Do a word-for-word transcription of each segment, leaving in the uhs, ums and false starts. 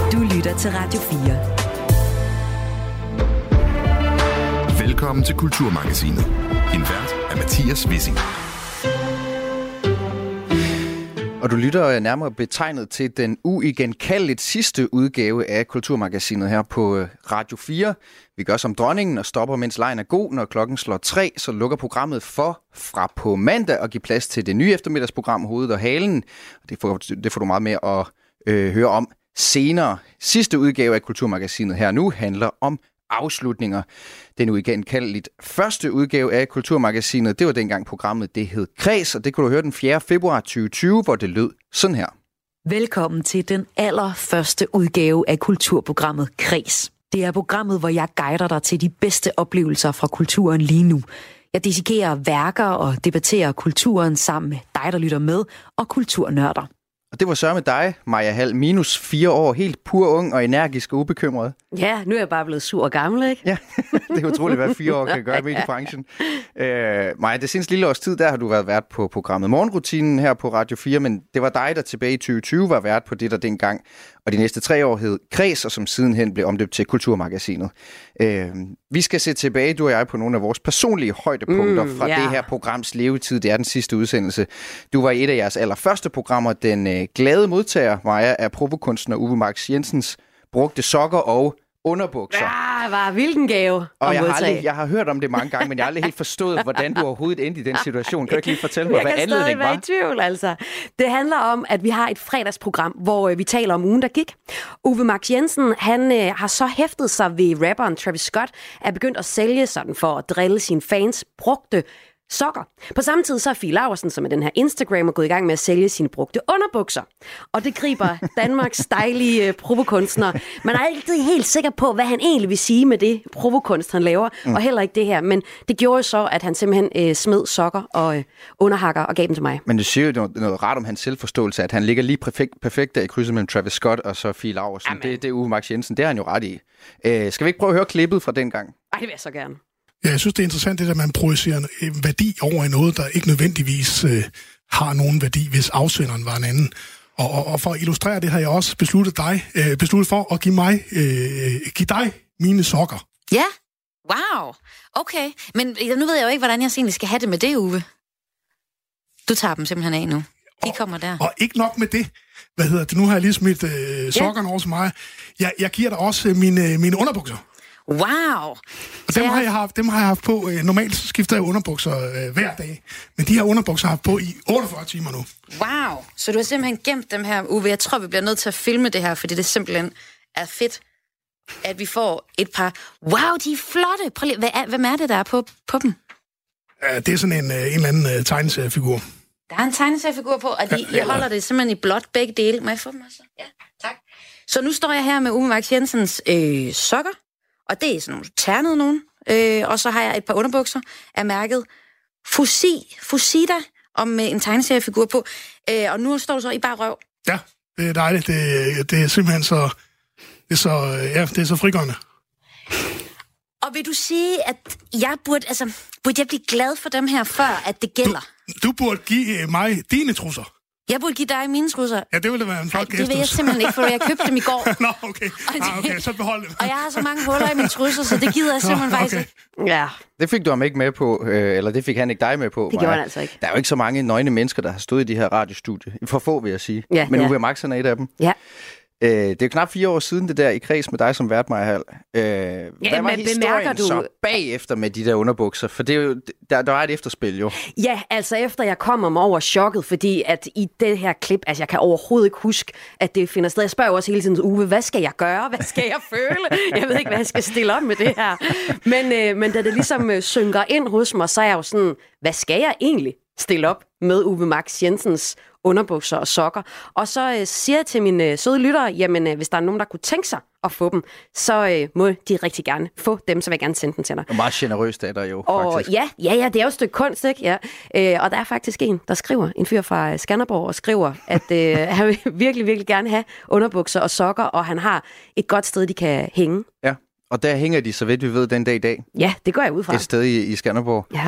Du lytter til Radio fire. Velkommen til Kulturmagasinet. En vært er Mathias Wissing. Og du lytter nærmere betegnet til den uigenkaldeligt sidste udgave af Kulturmagasinet her på Radio fire. Vi gør som dronningen og stopper, mens lejen er god. Når klokken slår tre, så lukker programmet for fra på mandag og giver plads til det nye eftermiddagsprogram Hovedet og Halen. Det får, det får du meget mere at øh, høre om senere. Sidste udgave af Kulturmagasinet her nu handler om afslutninger. Den uigenkaldeligt første udgave af Kulturmagasinet, det var dengang programmet, det hed Kreds, og det kunne du høre den fjerde februar tyve tyve, hvor det lød sådan her. Velkommen til den allerførste udgave af kulturprogrammet Kreds. Det er programmet, hvor jeg guider dig til de bedste oplevelser fra kulturen lige nu. Jeg dissekerer værker og debatterer kulturen sammen med dig, der lytter med, og kulturnørder. Og det var så med dig, Maja Hall, minus fire år, helt pur ung og energisk og ubekymret. Ja, nu er jeg bare blevet sur og gammel, ikke? Ja, det er utroligt, hvad fire år kan gøre i mediebranchen. Øh, Maja, det seneste lille års tid, der har du været vært på programmet Morgenrutinen her på Radio fire, men det var dig, der tilbage i tyve tyve var vært på det, der dengang, og de næste tre år hed Kreds, og som sidenhen blev omdøbt til Kulturmagasinet. Øh, vi skal se tilbage, du og jeg, på nogle af vores personlige højdepunkter mm, fra yeah. det her programs levetid. Det er den sidste udsendelse. Du var i et af jeres allerførste programmer, den øh, glade modtager, Maja, af provokunstner Uwe Max Jensens brugte sokker og underbukser. Ja, var hvilken gave og jeg har, aldrig, jeg har hørt om det mange gange, men jeg har aldrig helt forstået, hvordan du overhovedet endte i den situation. Kan du ikke lige fortælle mig, hvad anledningen var? Jeg kan stadig være i tvivl, altså. Det handler om, at vi har et fredagsprogram, hvor vi taler om ugen, der gik. Uwe Max Jensen, han øh, har så hæftet sig ved rapperen Travis Scott, er begyndt at sælge sådan for at drille sine fans brugte sokker. På samme tid så er Fie Laursen, som er den her Instagrammer, gået i gang med at sælge sine brugte underbukser. Og det griber Danmarks dejlige provokunstner. Man er ikke helt sikker på, hvad han egentlig vil sige med det provokunst, han laver, mm. og heller ikke det her. Men det gjorde så, at han simpelthen øh, smed sokker og øh, underhakker og gav dem til mig. Men det siger jo noget, noget rart om hans selvforståelse, at han ligger lige perfekt, perfekt der i krydset mellem Travis Scott og så Fie Laursen. Det, det er Uwe Max Jensen, det har han jo ret i. Øh, skal vi ikke prøve at høre klippet fra dengang? Ej, det vil jeg så gerne. Ja, jeg synes, det er interessant, det der, man projicerer en værdi over i noget, der ikke nødvendigvis øh, har nogen værdi, hvis afsenderen var en anden. Og, og, og for at illustrere det, har jeg også besluttet, dig, øh, besluttet for at give mig, øh, give dig mine sokker. Ja, wow, okay. Men nu ved jeg jo ikke, hvordan jeg egentlig skal have det med det, Uwe. Du tager dem simpelthen af nu. De kommer der. Og, og ikke nok med det. Hvad hedder det? Nu har jeg lige smidt øh, sokkerne ja. over til mig. Jeg, jeg giver dig også øh, mine, mine underbukser. Wow! Og dem, jeg... har jeg haft, dem har jeg haft på. Øh, normalt skifter jeg underbukser øh, hver dag. Men de her underbukser har jeg haft på i otteogfyrre timer nu. Wow! Så du har simpelthen gemt dem her, Uwe. Jeg tror, vi bliver nødt til at filme det her, fordi det simpelthen er fedt, at vi får et par... Wow, de er flotte! Prøv lige, hvad er, hvem er det, der er på, på dem? Uh, det er sådan en, uh, en eller anden uh, tegneseriefigur. Der er en tegneseriefigur på, og de, ja, jeg holder det simpelthen i blåt begge dele. Må jeg få dem også? Ja, tak. Så nu står jeg her med Uwe Max Jensens øh, sokker. Og det er sådan nogle ternede nogen. Øh, og så har jeg et par underbukser af mærket Fusi, Fusida, og med en tegneseriefigur på. Øh, og nu står du så i bare røv. Ja, det er dejligt. Det, det er simpelthen så, det er så, ja, det er så frigørende. Og vil du sige, at jeg burde, altså, burde jeg blive glad for dem her, før at det gælder? Du, du burde give mig dine trusser. Jeg burde give dig mine trusser. Ja, det ville være en flot gæst. Det vil jeg simpelthen ikke, for jeg købte dem i går. Nå, okay. Ah, okay, så behold dem. Og jeg har så mange huller i mine trusser, så det gider jeg simpelthen Nå, okay. faktisk ikke. Ja. Det fik du ham ikke med på, øh, eller det fik han ikke dig med på. Det gjorde han altså ikke. Der er jo ikke så mange nøgne mennesker, der har stået i de her radiostudier. For få, vil jeg sige. Ja, Men ja. Uwe Max er et af dem. Ja. Øh, det er knap fire år siden det der i Kreds med dig som vært, Maja Hall. Øh, ja, hvad var historien du... så bagefter med de der underbukser? For det er jo, der, der var et efterspil jo. Ja, altså efter jeg kommer mig over chokket, fordi at i det her klip, altså jeg kan overhovedet ikke huske, at det finder sted. Jeg spørger også hele tiden, Uwe, hvad skal jeg gøre? Hvad skal jeg føle? Jeg ved ikke, hvad jeg skal stille op med det her. Men, øh, men da det ligesom øh, synker ind hos mig, så er jeg jo sådan, hvad skal jeg egentlig stille op med Uwe Max Jensens underbukser og sokker. Og så øh, siger jeg til mine øh, søde lyttere, jamen øh, hvis der er nogen, der kunne tænke sig at få dem, så øh, må de rigtig gerne få dem, så vil jeg gerne sende dem til dig. Og meget generøst er der jo, og faktisk. Ja, ja, ja, det er jo et stykke kunst, ikke? Ja. Øh, og der er faktisk en, der skriver, en fyr fra Skanderborg, og skriver, at øh, han vil virkelig, virkelig gerne have underbukser og sokker, og han har et godt sted, de kan hænge. Ja, og der hænger de, så vidt vi ved, den dag i dag. Ja, det går jeg ud fra. Et sted i, i Skanderborg. Ja.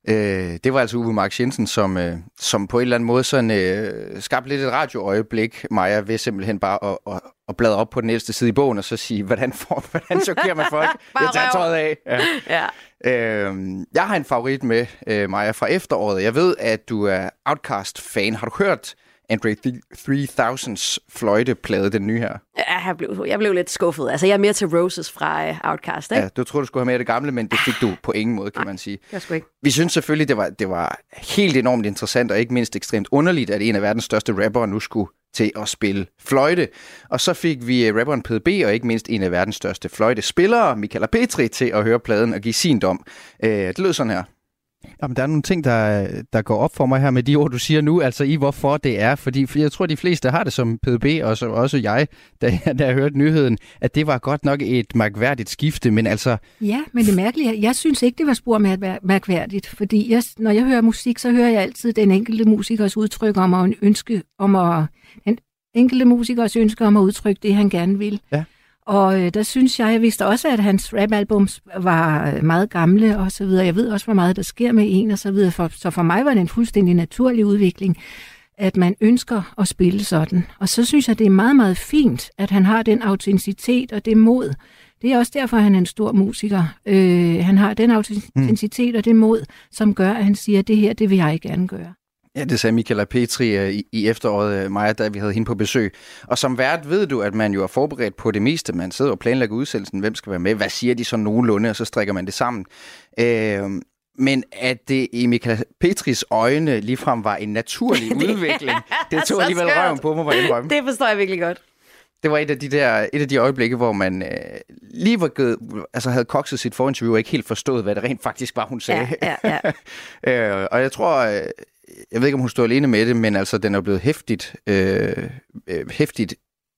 Øh, det var altså Uwe Max Jensen, som, øh, som på en eller anden måde sådan, øh, skabte lidt et radioøjeblik, Maja, ved simpelthen bare at, at, at bladre op på den ældste side i bogen, og så sige, hvordan, får, hvordan chokerer man folk? Jeg tager tøjet af. Ja. Ja. Øh, jeg har en favorit med, øh, Maja, fra efteråret. Jeg ved, at du er Outkast-fan. Har du hørt Andre tre tusinds fløjteplade, den nye her? Jeg blev, jeg blev lidt skuffet. Altså, jeg er mere til Roses fra uh, Outkast, ikke? Ja, du troede, du skulle have med det gamle, men det fik du på ingen måde, kan Nej, man sige. Jeg skulle ikke. Vi synes selvfølgelig, det var, det var helt enormt interessant, og ikke mindst ekstremt underligt, at en af verdens største rappere nu skulle til at spille fløjte. Og så fik vi rapperen P D B, og ikke mindst en af verdens største fløjtespillere, Michala Petri, til at høre pladen og give sin dom. Det lød sådan her. Jamen, der er nogle ting, der, der går op for mig her med de ord, du siger nu, altså i hvorfor det er. Fordi for jeg tror, de fleste har det som P D B, og så også jeg, da, da jeg hørte nyheden, at det var godt nok et mærkværdigt skifte, men altså... Ja, men det mærkelige, jeg synes ikke, det var spor mærkværdigt, fordi jeg, når jeg hører musik, så hører jeg altid den enkelte musikers udtryk om at ønske, om at... Den enkelte musikers ønske om at udtrykke det, han gerne vil. Ja. Og øh, der synes jeg, jeg vidste også, at hans rap-albums var meget gamle og så videre. Jeg ved også, hvor meget der sker med en og så videre. For, så for mig var det en fuldstændig naturlig udvikling, at man ønsker at spille sådan. Og så synes jeg, det er meget, meget fint, at han har den autenticitet og det mod. Det er også derfor, at han er en stor musiker. Øh, han har den autenticitet og det mod, som gør, at han siger, at det her, det vil jeg gerne gøre. Ja, det sagde Michala Petri uh, i, i efteråret, uh, Maja, da vi havde hende på besøg. Og som vært ved du, at man jo er forberedt på det meste. Man sidder og planlægger udsendelsen, hvem skal være med, hvad siger de så nogenlunde, og så strikker man det sammen. Uh, men at det i Michala Petris øjne ligefrem var en naturlig udvikling, det tog alligevel røven på mig, var indrømme. Det forstår jeg virkelig godt. Det var et af de der et af de øjeblikke, hvor man øh, lige var gået, altså havde kokset sit forinterview og ikke helt forstået, hvad det rent faktisk var, hun sagde. Ja, ja, ja. øh, og jeg tror, øh, jeg ved ikke, om hun stod alene med det, men altså, den er blevet hæftigt, øh, øh, hæftigt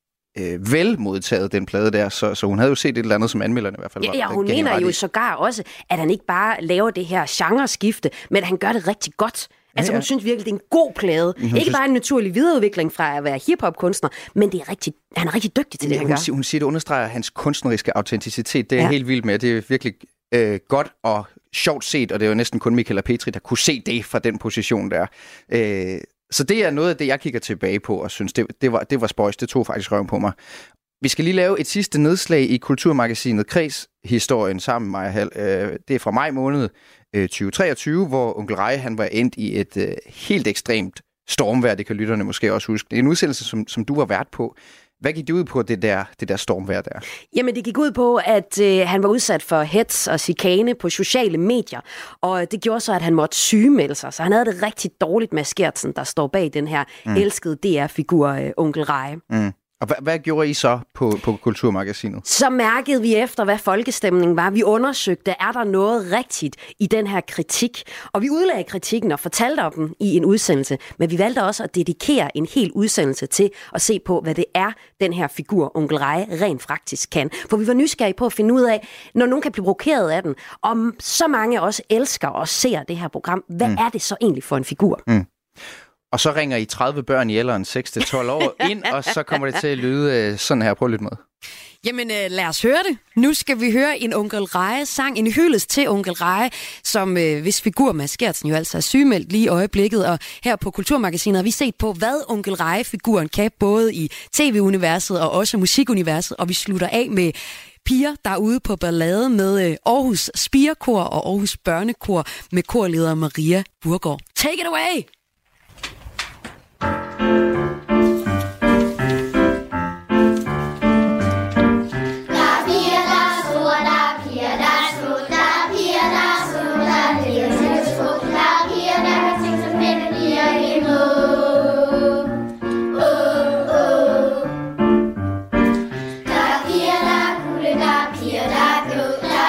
øh, velmodtaget, den plade der, så, så hun havde jo set et eller andet, som anmelderne i hvert fald var. Ja, ja, hun mener jo sågar også, at han ikke bare laver det her genreskifte, men at han gør det rigtig godt. Altså, ja, ja. Hun synes virkelig, det er en god plade. Hun ikke synes... bare en naturlig videreudvikling fra at være hiphop-kunstner, men det er rigtig, han er rigtig dygtig til det, ja, han hun gør. Siger, hun siger, det understreger hans kunstneriske autenticitet. Det er ja. helt vildt med. Det er virkelig øh, godt og sjovt set, og det er jo næsten kun Michala Petri, der kunne se det fra den position der. Øh, så det er noget af det, jeg kigger tilbage på, og synes, det, det, var, det var spøjs. Det tog faktisk røven på mig. Vi skal lige lave et sidste nedslag i Kulturmagasinet Kreds-historien sammen med Maja. Øh, det er fra maj måned tyve treogtyve, hvor Onkel Rej, han var endt i et øh, helt ekstremt stormvejr. Det kan lytterne måske også huske. Det er en udsendelse, som, som du var vært på. Hvad gik det ud på, det der, det der stormvejr der? Jamen, det gik ud på, at øh, han var udsat for hets og chikane på sociale medier, og det gjorde så, at han måtte sygemelde sig. Så han havde det rigtig dårligt med Skertsen, der står bag den her mm. elskede D R-figur, øh, Onkel Rej. Mm. Og hvad, hvad gjorde I så på, på Kulturmagasinet? Så mærkede vi efter, hvad folkestemningen var. Vi undersøgte, er der noget rigtigt i den her kritik? Og vi udlagde kritikken og fortalte om den i en udsendelse. Men vi valgte også at dedikere en hel udsendelse til at se på, hvad det er, den her figur, Onkel Rej, rent faktisk kan. For vi var nysgerrige på at finde ud af, når nogen kan blive provokeret af den, om så mange også elsker og ser det her program, hvad mm. er det så egentlig for en figur? Mm. Og så ringer I tredive børn i alderen seks til tolv år ind, og så kommer det til at lyde sådan her. Prøv lidt med. Jamen øh, lad os høre det. Nu skal vi høre en Onkel Reje-sang, en hyldest til Onkel Reje, som øh, hvis figur Mads Geertsen jo altså er sygemeldt lige i øjeblikket. Og her på Kulturmagasinet har vi set på, hvad Onkel Reje-figuren kan, både i tv-universet og også musikuniverset. Og vi slutter af med piger, der er ude på ballade med øh, Aarhus Spirekor og Aarhus Børnekor med korleder Maria Burgård. Take it away!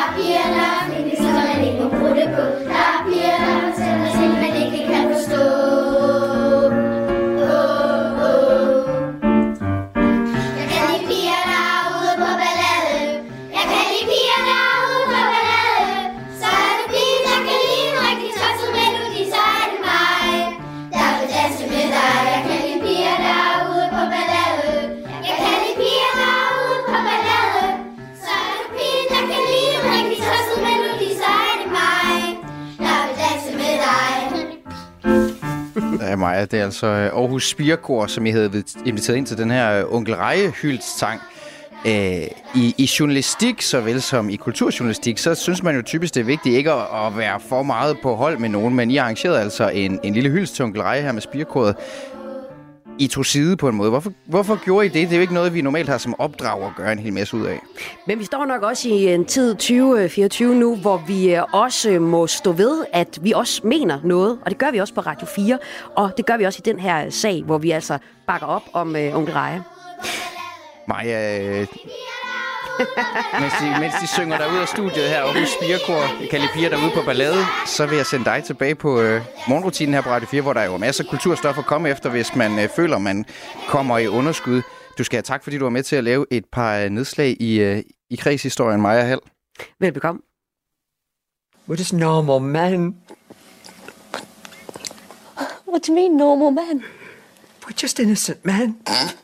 Der er piger, der fortæller ting, man ikke kan forstå. Ja, Maja, det er altså Aarhus Spirekor, som I havde inviteret ind til den her Onkel Reje-hyldestsang. I, I journalistik, såvel som i kulturjournalistik, så synes man jo typisk, det er vigtigt ikke at, at være for meget på hold med nogen, men I arrangerede altså en, en lille hyldest til Onkel Reje her med Spirekoret. I tog side på en måde. Hvorfor, hvorfor gjorde I det? Det er jo ikke noget, vi normalt har som opdrag at gøre en hel masse ud af. Men vi står nok også i en tid tyve fireogtyve nu, hvor vi også må stå ved, at vi også mener noget. Og det gør vi også på Radio fire. Og det gør vi også i den her sag, hvor vi altså bakker op om øh, Onkel Reje. Maja, øh, mens, de, mens de synger derude af studiet her, Aarhus Spirekor, jeg kalder piger derude på ballade, så vil jeg sende dig tilbage på øh, morgenrutinen her på Radio fire, hvor der er jo masser af kulturstof at komme efter, hvis man øh, føler, man kommer i underskud. Du skal have tak, fordi du var med til at lave et par nedslag i, øh, i kredshistorien, Maja Hall. Velbekomme. What is normal man? What do you mean, normal man? We're just innocent man.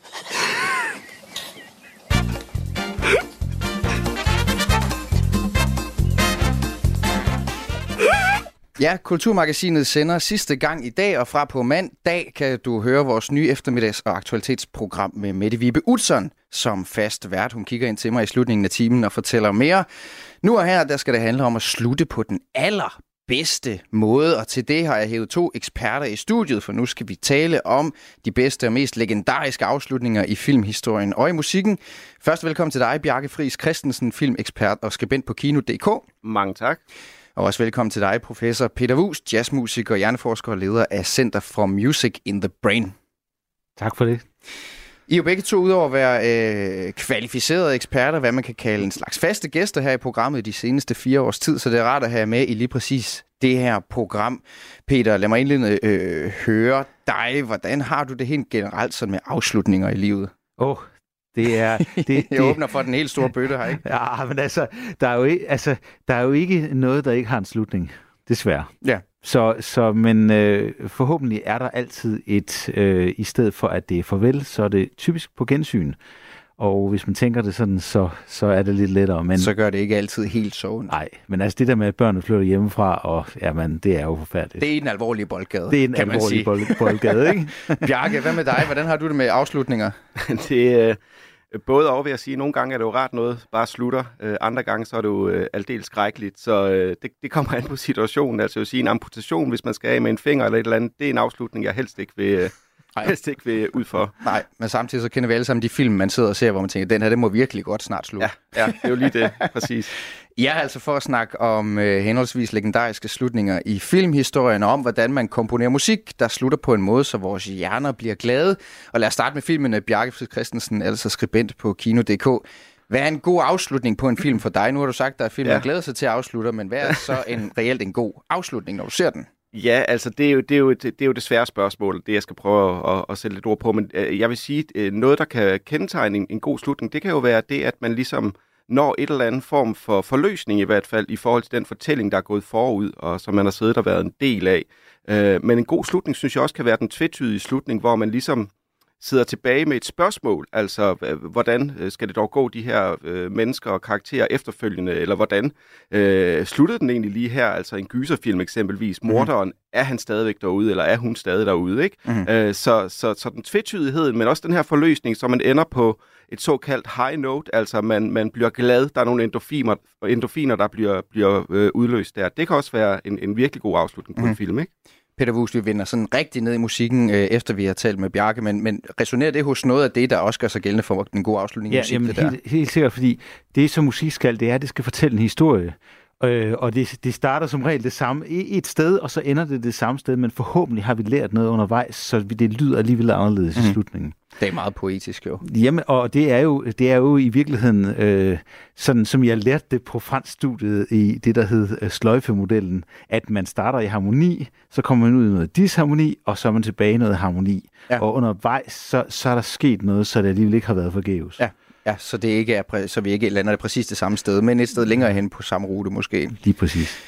Ja, Kulturmagasinet sender sidste gang i dag, og fra på mandag kan du høre vores nye eftermiddags- og aktualitetsprogram med Mette Vibe Utzon som fast vært. Hun kigger ind til mig i slutningen af timen og fortæller mere. Nu og her, der skal det handle om at slutte på den allerbedste måde, og til det har jeg hævet to eksperter i studiet, for nu skal vi tale om de bedste og mest legendariske afslutninger i filmhistorien og i musikken. Først velkommen til dig, Bjarke Friis Christensen, filmekspert og skribent på Kino punktum d k. Mange tak. Og også velkommen til dig, professor Peter Vuust, jazzmusiker, hjerneforsker og leder af Center for Music in the Brain. Tak for det. I er jo begge to udover at være øh, kvalificerede eksperter, hvad man kan kalde en slags faste gæster her i programmet de seneste fire års tid, så det er rart at have med i lige præcis det her program. Peter, lad mig indledende øh, høre dig. Hvordan har du det helt generelt sådan med afslutninger i livet? Åh, oh. Det er, det, det, jeg åbner for den helt store bøtte her, ikke? Ja, men altså der, er jo ikke, altså, der er jo ikke noget, der ikke har en slutning, desværre. Ja. Så, så men øh, forhåbentlig er der altid et, øh, i stedet for at det er farvel, så er det typisk på gensyn. Og hvis man tænker det sådan, så, så er det lidt lettere. Men, så gør det ikke altid helt så ondt. Nej, men altså det der med, at børnene flytter hjemmefra, og jamen, det er jo forfærdeligt. Det er en alvorlig boldgade. Det er en alvorlig bold, boldgade, ikke? Bjarke, hvad med dig? Hvordan har du det med afslutninger? det er... Både over ved at sige, at nogle gange er det jo rart noget, bare slutter. Øh, andre gange så er det jo øh, aldeles skrækkeligt. Så øh, det, det kommer an på situationen. Altså jeg vil sige, en amputation, hvis man skal af med en finger eller et eller andet, det er en afslutning, jeg helst ikke vil, øh, helst ikke vil ud for. Nej, men samtidig så kender vi alle sammen de film, man sidder og ser, hvor man tænker, den her, det må virkelig godt snart slutte. Ja, ja, det er jo lige det, præcis. Ja, altså for at snakke om øh, henholdsvis legendariske slutninger i filmhistorien, og om hvordan man komponerer musik, der slutter på en måde, så vores hjerner bliver glade. Og lad os starte med filmen af Bjarke Friis Christensen, altså skribent på Kino punktum d k. Hvad er en god afslutning på en film for dig? Nu har du sagt, at filmen ja. glæder sig til at afslutte, men hvad er så en reelt en god afslutning, når du ser den? Ja, altså det er jo det, er jo, det, det, er jo det svære spørgsmål, det jeg skal prøve at, at sætte lidt ord på. Men øh, jeg vil sige, øh, noget der kan kendetegne en, en god slutning, det kan jo være det, at man ligesom når et eller andet form for forløsning i hvert fald, i forhold til den fortælling, der er gået forud, og som man har siddet og været en del af. Øh, men en god slutning, synes jeg også kan være den tvetydige slutning, hvor man ligesom sidder tilbage med et spørgsmål, altså hvordan skal det dog gå de her øh, mennesker og karakterer efterfølgende, eller hvordan øh, sluttede den egentlig lige her, altså en gyserfilm eksempelvis, morderen, mm-hmm. er han stadigvæk derude, eller er hun stadig derude, ikke? Mm-hmm. Øh, så, så, så den tvetydighed, men også den her forløsning, så man ender på et såkaldt high note, altså man, man bliver glad, der er nogle endorfiner, endorfiner der bliver, bliver øh, udløst der. Det kan også være en, en virkelig god afslutning på mm-hmm. en film, ikke? Peter Vuust, vi vinder sådan rigtig ned i musikken, øh, efter vi har talt med Bjarke, men, men resonerer det hos noget af det, der også gør sig gældende for den gode afslutning i ja, musik? Jamen, det der? Helt, helt sikkert, fordi det, som musik skal, det er, at det skal fortælle en historie. Øh, og det, det starter som regel det samme i et sted, og så ender det det samme sted, men forhåbentlig har vi lært noget undervejs, så det lyder alligevel anderledes mm. i slutningen. Det er meget poetisk jo. Jamen, og det er jo, det er jo i virkeligheden, øh, sådan som jeg lærte det på fransk studiet i det, der hed øh, sløjfemodellen, at man starter i harmoni, så kommer man ud i noget disharmoni, og så er man tilbage i noget harmoni. Ja. Og undervejs, så, så er der sket noget, så det alligevel ikke har været forgæves. Ja. Ja, så, det ikke er præ- så vi ikke lander det præcis det samme sted, men et sted længere hen på samme rute måske. Lige præcis.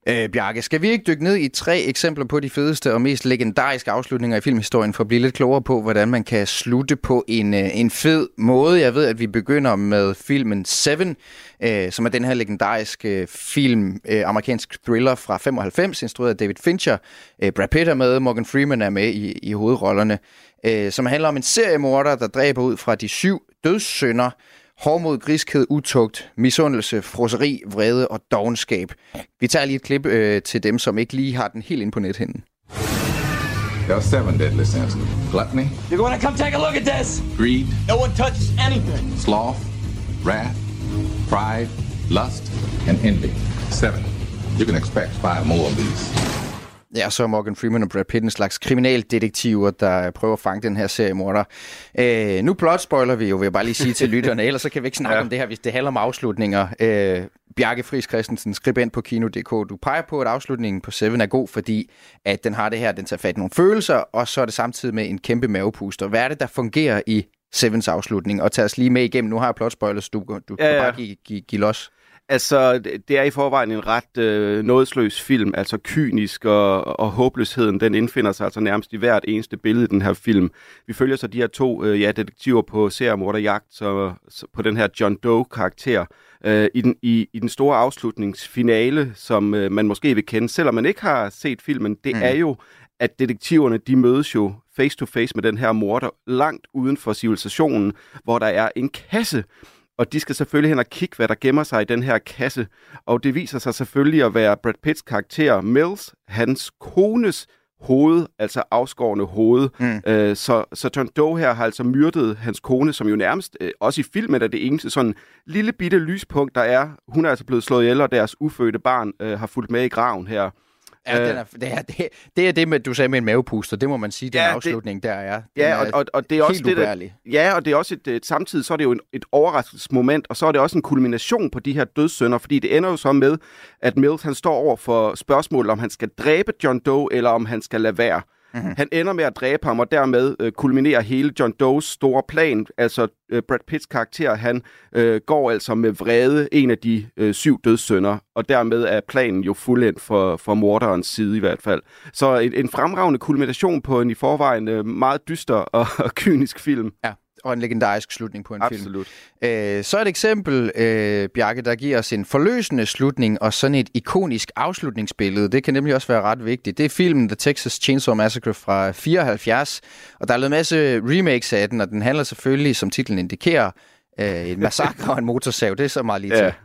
Øh, Bjarke, skal vi ikke dykke ned i tre eksempler på de fedeste og mest legendariske afslutninger i filmhistorien, for at blive lidt klogere på, hvordan man kan slutte på en, øh, en fed måde? Jeg ved, at vi begynder med filmen Seven, øh, som er den her legendariske film, øh, amerikansk thriller fra femoghalvfems, instrueret af David Fincher. Øh, Brad Pitt er med, Morgan Freeman er med i, i hovedrollerne, øh, som handler om en seriemorder, der dræber ud fra de syv dødssynder: hårdmod, griskhed, utugt, misundelse, frosseri, vrede og dovenskab. Vi tager lige et klip øh, til dem, som ikke lige har den helt ind på nethinden. There are seven deadly sins. Gluttony. You're going to come take a look at this. Greed. No one touches anything. Sloth. Wrath. Pride. Lust. And envy. Seven. You can expect five more of these. Ja, så er Morgan Freeman og Brad Pitt en slags kriminaldetektiver, der prøver at fange den her seriemorder. Øh, nu plot-spoiler vi jo, vil jeg bare lige sige til lytterne, ellers så kan vi ikke snakke ja. om det her, hvis det handler om afslutninger. Øh, Bjarke Friis Christensen, skribent på Kino punktum d k. Du peger på, at afslutningen på Seven er god, fordi at den har det her, den tager fat i nogle følelser, og så er det samtidig med en kæmpe mavepuster. Hvad er det, der fungerer i Sevens afslutning? Og tag os lige med igennem. Nu har jeg plot-spoilers, du, du ja, ja. kan bare give, give, give los. Altså, det er i forvejen en ret øh, nådesløs film, altså kynisk, og, og håbløsheden, den indfinder sig altså nærmest i hvert eneste billede i den her film. Vi følger så de her to øh, ja, detektiver på seriemorderjagt, så, så på den her John Doe-karakter, øh, i, den, i, i den store afslutningsfinale, som øh, man måske vil kende, selvom man ikke har set filmen, det mm. er jo, at detektiverne, de mødes jo face to face med den her morder langt uden for civilisationen, hvor der er en kasse. Og de skal selvfølgelig hen og kigge, hvad der gemmer sig i den her kasse. Og det viser sig selvfølgelig at være Brad Pitts karakter Mills, hans kones hoved, altså afskårne hoved. Mm. Øh, så, så John Doe her har altså myrdet hans kone, som jo nærmest, øh, også i filmen er det eneste sådan lille bitte lyspunkt, der er. Hun er altså blevet slået ihjel, og deres ufødte barn øh, har fulgt med i graven her. Ja, den er, det, er, det, det er det, med, du sagde med en mavepuster. Det må man sige, den ja, afslutning, det, der er. Den ja, og, og, og det er også det, der, ja, og det er også et, et samtidig så er det jo et, et overraskelsesmoment, og så er det også en kulmination på de her dødssynder, fordi det ender jo så med, at Mills han står over for spørgsmålet, om han skal dræbe John Doe, eller om han skal lade være. Mm-hmm. Han ender med at dræbe ham, og dermed øh, kulminerer hele John Does store plan. Altså øh, Brad Pitts karakter, han øh, går altså med vrede en af de øh, syv dødssynder, og dermed er planen jo fuldendt for, for morderens side i hvert fald. Så en, en fremragende kulmination på en i forvejen øh, meget dyster og, og kynisk film. Ja. Og en legendarisk slutning på en Absolut. film. Øh, så et eksempel, øh, Bjarke, der giver os en forløsende slutning og sådan et ikonisk afslutningsbillede. Det kan nemlig også være ret vigtigt. Det er filmen The Texas Chainsaw Massacre fra fireoghalvfjerds, og der er lavet en masse remakes af den, og den handler selvfølgelig, som titlen indikerer, øh, en massakre og en motorsav. Det er så meget lige til. Ja.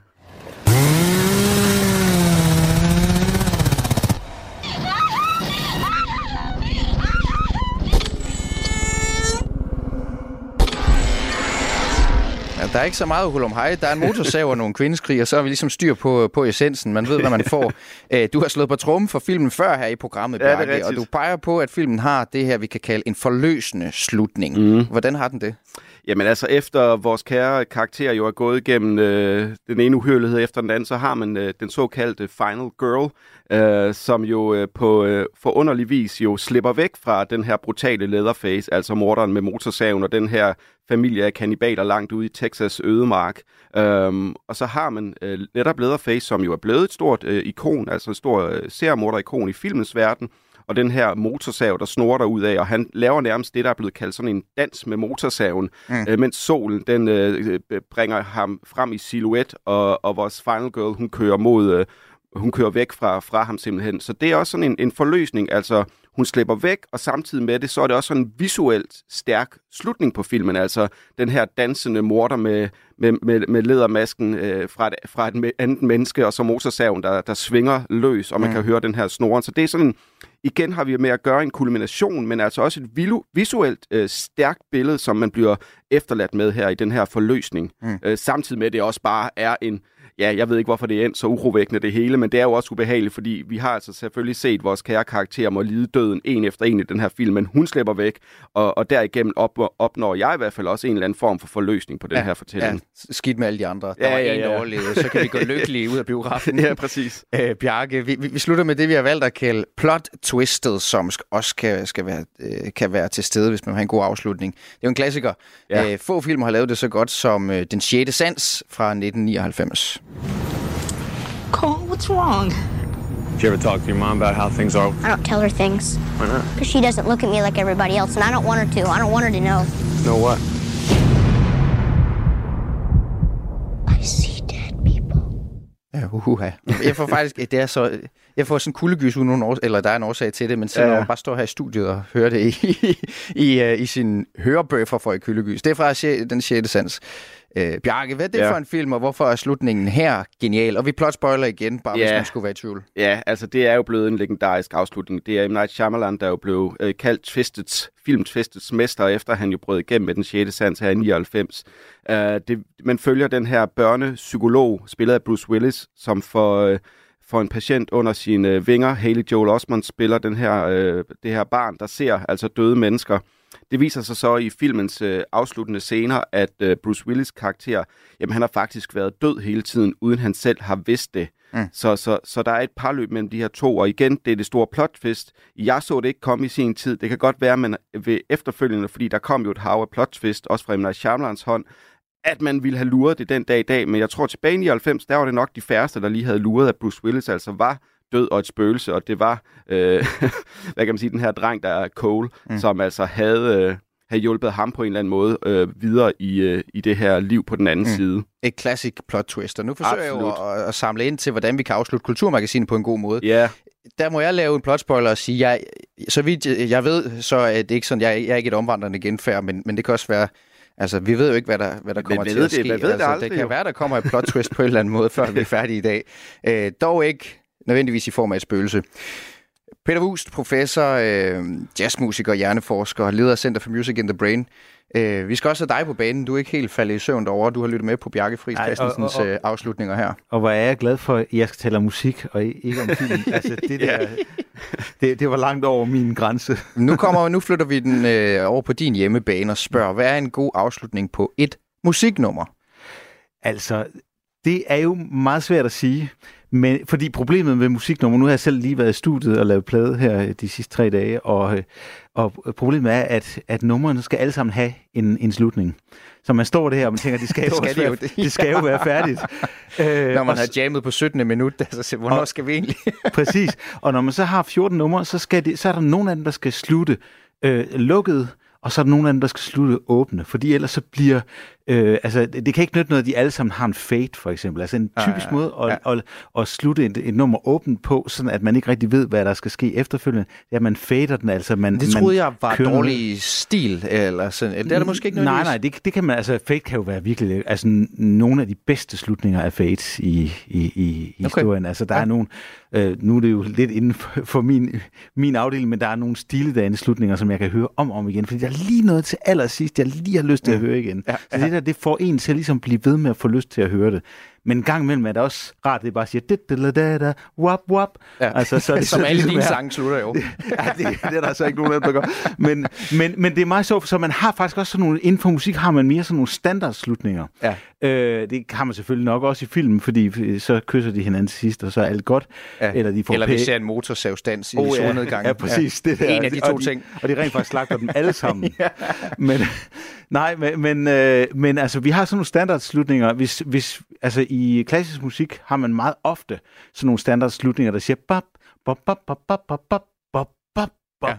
Der er ikke så meget hul om hej. Der er en motorsav og nogle kvindeskrig, og så er vi ligesom styr på, på essensen. Man ved, hvad man får. Du har slået på trommen for filmen før her i programmet, Bjarke, ja, og du peger på, at filmen har det her, vi kan kalde en forløsende slutning. Mm. Hvordan har den det? Jamen altså, efter vores kære karakter jo er gået igennem øh, den ene uhyrlighed efter den anden, så har man øh, den såkaldte Final Girl, øh, som jo øh, på øh, forunderlig vis jo slipper væk fra den her brutale Leatherface, altså morderen med motorsaven og den her familie af kannibaler langt ude i Texas ødemark. Øhm, og så har man øh, netop Leatherface, som jo er blevet et stort øh, ikon, altså en stor øh, seriemorder-ikon i filmens verden, og den her motorsav, der snor der ud af, og han laver nærmest det, der er blevet kaldt sådan en dans med motorsaven, mm. øh, mens solen, den øh, bringer ham frem i silhuet, og, og vores Final Girl, hun kører mod, øh, hun kører væk fra, fra ham simpelthen. Så det er også sådan en, en forløsning, altså hun slipper væk, og samtidig med det, så er det også sådan en visuelt stærk slutning på filmen, altså den her dansende morder med, med, med, med lædermasken øh, fra, et, fra et andet menneske, og så motorsaven, der, der svinger løs, og man mm. kan høre den her snoren. Så det er sådan, igen har vi med at gøre en kulmination, men altså også et vilu, visuelt øh, stærkt billede, som man bliver efterladt med her i den her forløsning. Mm. Øh, samtidig med, at det også bare er en ja, jeg ved ikke, hvorfor det er endt så urovækkende det hele, men det er jo også ubehageligt, fordi vi har altså selvfølgelig set vores kære karakterer må lide døden en efter en i den her film, men hun slipper væk, og, og derigennem op, opnår jeg i hvert fald også en eller anden form for forløsning på den ja, her fortælling. Ja, skidt med alle de andre. Der ja, var ja, en, ja. der overlevede, så kan vi gå lykkelige ud af biografen. Ja, præcis. Æ, Bjarke, vi, vi slutter med det, vi har valgt at kalde plot twisted, som også kan, skal være, øh, kan være til stede, hvis man har en god afslutning. Det er jo en klassiker. Ja. Æ, få film har lavet det så godt som øh, Den sjette sans fra nitten nioghalvfems. Cole, what's wrong? Did you ever talk to your mom about how things are? I don't tell her things. Why not? Because she doesn't look at me like everybody else, and I don't want her to. I don't want her to know. Know what? I see dead people. Ja, uhuha. Jeg får faktisk, det er så, jeg får sådan en kuldegys uden nogen års, eller der er en årsag til det, men så når man bare står her i studiet og hører det i, i, i, i sin hørebøffer for et kuldegys. Det er fra den sjette sans. Øh, Bjarke, hvad er det ja. for en film, og hvorfor er slutningen her genial? Og vi plot spoiler igen, bare ja. hvis man skulle være i tvivl. Ja, altså det er jo blevet en legendarisk afslutning. Det er M. Night Shyamalan, der jo blev øh, kaldt Twisteds, film Twisteds mester, efter han jo brød igennem med den sjette sans her i nioghalvfems. Uh, det, man følger den her børnepsykolog, spillet af Bruce Willis, som får, øh, får en patient under sine øh, vinger. Haley Joel Osment spiller den her, øh, det her barn, der ser altså døde mennesker. Det viser sig så i filmens øh, afsluttende scener, at øh, Bruce Willis' karakter, jamen han har faktisk været død hele tiden, uden han selv har vidst det. Mm. Så, så, så der er et parløb mellem de her to, og igen, det er det store plot twist. Jeg så det ikke komme i sin tid. Det kan godt være, men ved efterfølgende, fordi der kom jo et hav af plot twist, også fra M. Night Shyamalans hånd, at man ville have luret det den dag i dag. Men jeg tror, tilbage i nioghalvfems, der var det nok de færreste, der lige havde luret, at Bruce Willis altså var død og et spøgelse, og det var, øh, hvad kan man sige, den her dreng, der er Cole, mm. som altså havde, øh, havde hjulpet ham på en eller anden måde øh, videre i, øh, i det her liv på den anden mm. side. Et classic plot twist, og nu forsøger jeg jo at, at samle ind til, hvordan vi kan afslutte Kulturmagasinet på en god måde. Ja. Yeah. Der må jeg lave en plot spoiler og sige, jeg, så vidt jeg ved, så er det ikke sådan, jeg, jeg er ikke et omvandrende genfærd, men, men det kan også være, altså, vi ved jo ikke, hvad der, hvad der kommer til at det, ske. Ved altså, det, aldrig, det kan jo. være, der kommer et plot twist på en eller anden måde, før vi er færdige i dag. Øh, dog ikke nødvendigvis i form af et spøgelse. Peter Vuust, professor, øh, jazzmusiker, hjerneforsker, leder af Center for Music in the Brain. Øh, vi skal også have dig på banen. Du er ikke helt faldet i søvn derovre. Du har lyttet med på Bjarke Friis Christensens øh, afslutninger her. Og hvor er jeg glad for, at jeg skal tale om musik, og ikke om film. Altså, det, der, det, det var langt over min grænse. nu, kommer, nu flytter vi den øh, over på din hjemmebane og spørger, hvad er en god afslutning på et musiknummer? Altså, det er jo meget svært at sige. Men fordi problemet med musiknummer, nu har jeg selv lige været i studiet og lavet plade her de sidste tre dage, og, og problemet er, at, at numrene skal alle sammen have en, en slutning. Så man står der, og man tænker, at det skal, det skal, jo, være, det. Det skal jo være færdigt. Når man har jammet på syttende minut, så hvornår og, skal vi egentlig? Præcis. Og når man så har fjorten numre, så, skal det, så er der nogle af dem, der skal slutte øh, lukket, og så er der nogle af dem, der skal slutte åbne, fordi ellers så bliver, øh, altså det kan ikke nytte noget, at de alle sammen har en fade, for eksempel. Altså en typisk ja, ja, måde at, ja. at, at, at slutte et, et nummer åbent på, sådan at man ikke rigtig ved, hvad der skal ske efterfølgende. Det er, at man fader den, altså man Det troede man jeg var dårlig stil, eller sådan. Det er der måske ikke noget. Nej, nej, det, det kan man, altså fade kan jo være virkelig, altså nogle af de bedste slutninger af fades i, i, i okay. historien. Altså der ja. er nogle, øh, nu er det jo lidt inden for, for min, min afdeling, men der er nogle stiledagende slutninger, som jeg kan høre om og om igen, fordi der er lige noget til allersidst, jeg lige har lyst til at høre igen. Ja, ja. Så det der, det får en til at ligesom blive ved med at få lyst til at høre det. Men en gang imellem er det også rart, det bare siger dit da da da wap wap. Ja. Altså så det som alle dine sange slutter jo. Ja, det, det er der så ikke nogen af dem, der gør. Men men men det er meget så, så man har faktisk også sådan nogle, inden for musik har man mere sådan nogle standardslutninger. Ja. Øh, det har man selvfølgelig nok også i film, fordi så kysser de hinanden til sidst, og så er alt godt. Ja. Eller de får Eller vi ser en motorsavstans i oh, solnedgangen. Ja, præcis. Ja. Det der. En af de to og ting. De, og de rent faktisk slagter dem alle sammen. Ja. Men nej, men men, øh, men altså vi har sådan nogle standardslutninger. Hvis hvis altså i klassisk musik har man meget ofte sådan nogle standardslutninger, der siger bap bap bap bap bap bap bap bap bap bap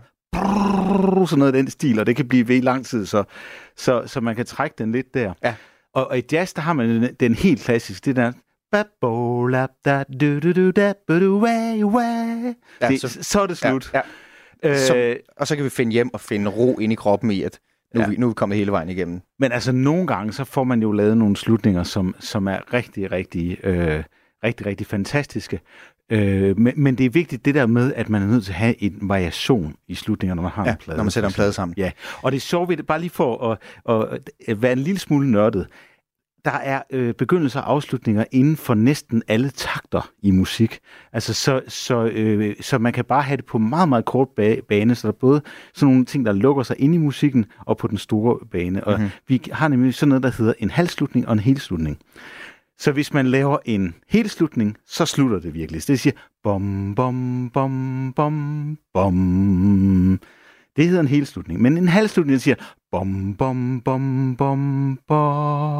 sådan noget af den stil, og det kan blive ved i lang tid, så, så, så man kan trække den lidt der. Ja. Og, og i jazz, der har man den, den helt klassisk, det der ja, så, så er det slut. Ja, ja. Øh, så, og så kan vi finde hjem og finde ro ind i kroppen i, at nu, ja. vi, nu er vi kommet hele vejen igennem. Men altså nogle gange, så får man jo lavet nogle slutninger, som, som er rigtig, rigtig, øh, rigtig, rigtig fantastiske. Øh, men, men det er vigtigt det der med, at man er nødt til at have en variation i slutninger, når man har ja, en plade. når man sætter en plade sammen. Ja, og det er sjovt, bare lige for at, at, at være en lille smule nørdet. Der er øh, begyndelser og afslutninger inden for næsten alle takter i musik. Altså, så, så, øh, så man kan bare have det på meget, meget kort bane, så der er både sådan nogle ting, der lukker sig ind i musikken, og på den store bane. Og mm-hmm. vi har nemlig sådan noget, der hedder en halvslutning og en helslutning. Så hvis man laver en helslutning, så slutter det virkelig. Så det siger bom, bom, bom, bom, bom. Det hedder en helslutning. Men en halvslutning, der siger bom, bom, bom, bom, bom.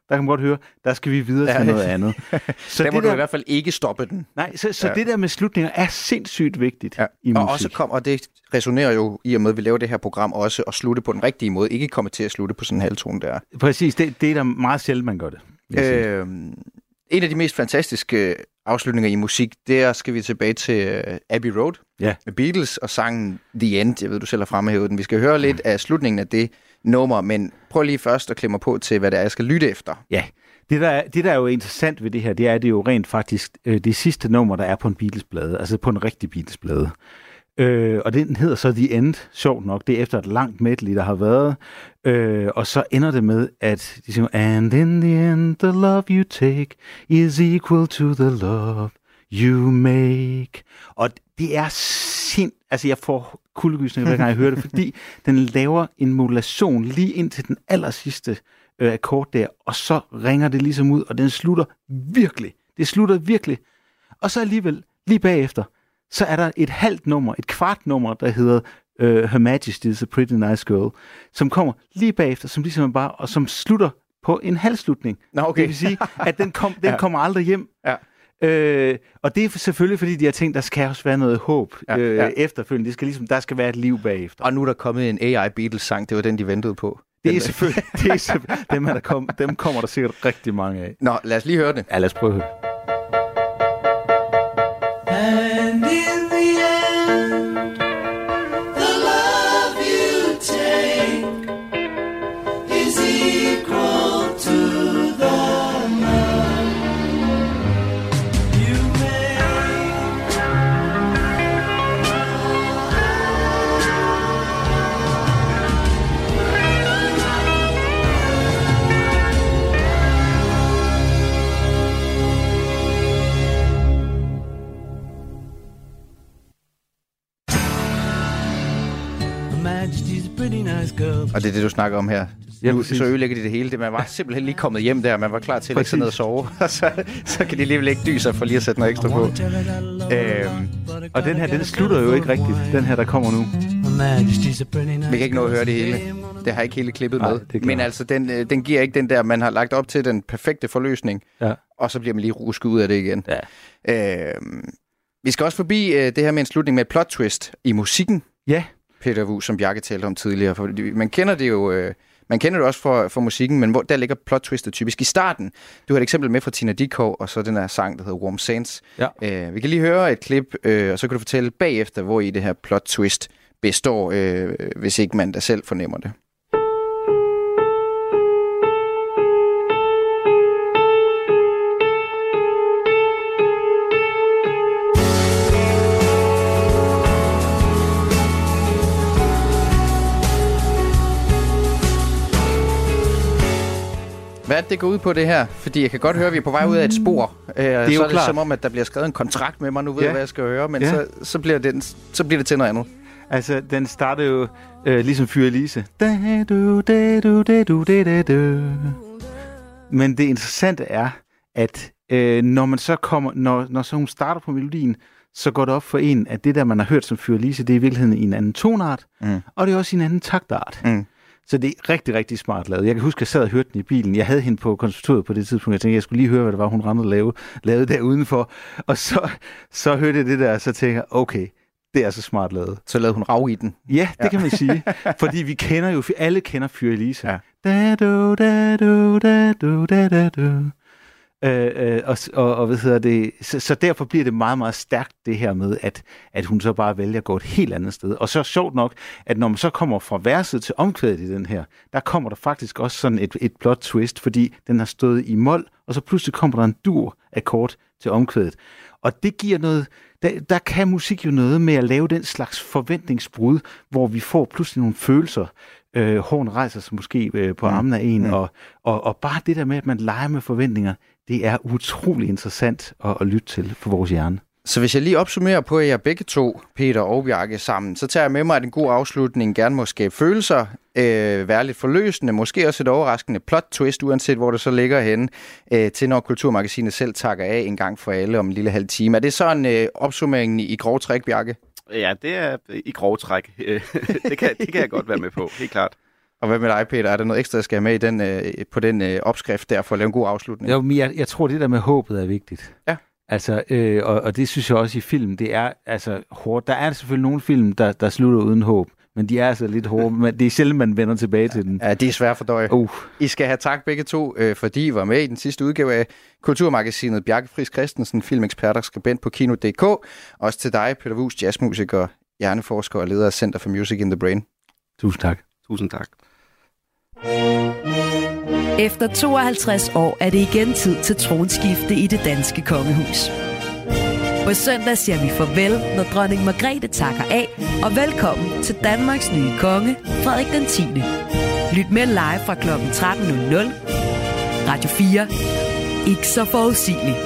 der kan man godt høre, der skal vi videre ja. til noget andet. Så der må du der, i hvert fald ikke stoppe den. Nej, så, så ja. det der med slutninger er sindssygt vigtigt ja. i musik. Og, også kom, og det resonerer jo i og med, at vi laver det her program også, at slutte på den rigtige måde. Ikke komme til at slutte på sådan en halvtone der. Præcis, det, det er der meget sjældent, man gør det. Øh, en af de mest fantastiske afslutninger i musik, der skal vi tilbage til uh, Abbey Road ja. med Beatles og sangen The End. Jeg ved, du selv har fremhævet den. Vi skal høre lidt af slutningen af det nummer, men prøv lige først at klemme på til, hvad det er, jeg skal lytte efter. Ja, det der, det der er jo interessant ved det her, det er, det er jo rent faktisk øh, det sidste nummer, der er på en Beatles-plade, altså på en rigtig Beatles-plade. Øh, og den hedder så The End, sjovt nok. Det er efter et langt medley, der har været. Øh, og så ender det med, at de siger, and in the end, the love you take is equal to the love you make. Og det er sind... Altså, jeg får kuldegysninger, hver gang jeg hører det, fordi den laver en modulation lige ind til den aller sidste øh, akkord der, og så ringer det ligesom ud, og den slutter virkelig. Det slutter virkelig. Og så alligevel, lige bagefter, så er der et halvt nummer, et kvart nummer, der hedder uh, Her Majesty's a Pretty Nice Girl, som kommer lige bagefter, som ligesom bare, og som slutter på en halvslutning. Nå, okay. Det vil sige, at den, kom, den ja. kommer aldrig hjem. Ja. Øh, og det er selvfølgelig, fordi de har tænkt, der skal også være noget håb ja, øh, ja. efterfølgende. Det skal ligesom, der skal være et liv bagefter. Og nu er der kommet en A I Beatles-sang, det var den, de ventede på. Det er selvfølgelig, det er selvfølgelig dem, er der kom, dem kommer der sikkert rigtig mange af. Nå, lad os lige høre det. Ja, lad os prøve at høre. And in the end, the love you take is equal to the love you make. Majesty's a pretty nice girl. Og det er det, du snakker om her. Ja, nu, så ødelægger de det hele. Det, man var simpelthen lige kommet hjem der, man var klar til at lægge sig ned og sove. Og så, så kan de alligevel ikke dyse sig for lige at sætte noget ekstra på. Øhm, og den her, den slutter jo ikke rigtigt, den her, der kommer nu. Vi kan ikke nå at høre det hele. Det har ikke hele klippet med. Nej, men altså, den, den giver ikke den der, man har lagt op til den perfekte forløsning. Ja. Og så bliver man lige rusket ud af det igen. Ja. Øhm, vi skal også forbi øh, det her med en slutning med et plot twist i musikken. Ja. Peter Wu, som Bjarke talte om tidligere. For man kender det jo, øh, man kender det også for, for musikken, men hvor, der ligger plot twistet typisk i starten. Du har et eksempel med fra Tina Dickow, og så den her sang, der hedder Warm Sands. Ja. Øh, vi kan lige høre et klip, øh, og så kan du fortælle bagefter, hvor i det her plot twist består, øh, hvis ikke man da selv fornemmer det. Hvad er det, det går ud på det her? Fordi jeg kan godt høre, at vi er på vej ud af et spor. Øh, det er så er det klart. Som om, at der bliver skrevet en kontrakt med mig. Nu ved jeg, ja. hvad jeg skal høre, men ja. så, så, bliver det, så bliver det til noget andet. Altså, den starter jo øh, ligesom Fyre Elise. Da, du, da, du, da, du, da, da, du. Men det interessante er, at øh, når man så kommer, når, når så hun starter på melodien, så går det op for en, at det der, man har hørt som Fyre Elise, det er i virkeligheden i en anden tonart, mm. og det er også i en anden taktart. Mm. Så det er rigtig, rigtig smart lavet. Jeg kan huske, at jeg sad og hørte den i bilen. Jeg havde hende på konservatoriet på det tidspunkt. Jeg tænkte, jeg skulle lige høre, hvad det var, hun rendte og lavede, lavede der udenfor. Og så, så hørte jeg det der, og så tænkte jeg, okay, det er så smart lavet. Så lavede hun rav i den. Ja, det ja. kan man sige. Fordi vi kender jo, alle kender Fyre Elise. Ja. Da, du, da, du, da, du, da, da, du. Øh, øh, og, og, og hvad hedder det, så, så derfor bliver det meget, meget stærkt det her med, at, at hun så bare vælger at gå et helt andet sted. Og så sjovt nok, at når man så kommer fra verset til omkvædet i den her, der kommer der faktisk også sådan et, et plot twist, fordi den har stået i mol, og så pludselig kommer der en dur-akkord til omkvædet. Og det giver noget, der, der kan musik jo noget med at lave den slags forventningsbrud, hvor vi får pludselig nogle følelser. Øh, hården rejser sig måske øh, på mm. armen af en, mm. og, og, og bare det der med, at man leger med forventninger, det er utrolig interessant at, at lytte til for vores hjerne. Så hvis jeg lige opsummerer på jer begge to, Peter og Bjarke, sammen, så tager jeg med mig, at en god afslutning gerne må skabe følelser, øh, være lidt forløsende, måske også et overraskende plot twist, uanset hvor det så ligger henne, øh, til når Kulturmagasinet selv takker af en gang for alle om en lille halv time. Er det sådan øh, opsummeringen i grove træk, Bjarke? Ja, det er i grove træk. det, kan, det kan jeg godt være med på, helt klart. Og hvad med dig, Peter? Er der noget ekstra, jeg skal have med i den, øh, på den øh, opskrift der, for at lave en god afslutning? Jo, men jeg, jeg tror, det der med håbet er vigtigt. Ja. Altså, øh, og, og det synes jeg også i film, det er altså hårdt. Der er selvfølgelig nogle film, der, der slutter uden håb, men de er altså lidt hårde. Men det er sjældent, man vender tilbage til den. Ja, det er svært for døje. Uh. I skal have tak begge to, øh, fordi I var med i den sidste udgave af Kulturmagasinet. Bjarke Friis Christensen, filmekspert og skribent på Kino punktum d k. Også til dig, Peter Wues, jazzmusiker, hjerneforsker og leder af Center for Music in the Brain. Tusind tak. Tusind tak. Efter tooghalvtreds år er det igen tid til tronskifte i det danske kongehus. På søndag siger vi farvel, når dronning Margrethe takker af, og velkommen til Danmarks nye konge, Frederik den tiende. Lyt med live fra klokken tretten nul nul. Radio fire. Ikke så forudsigeligt.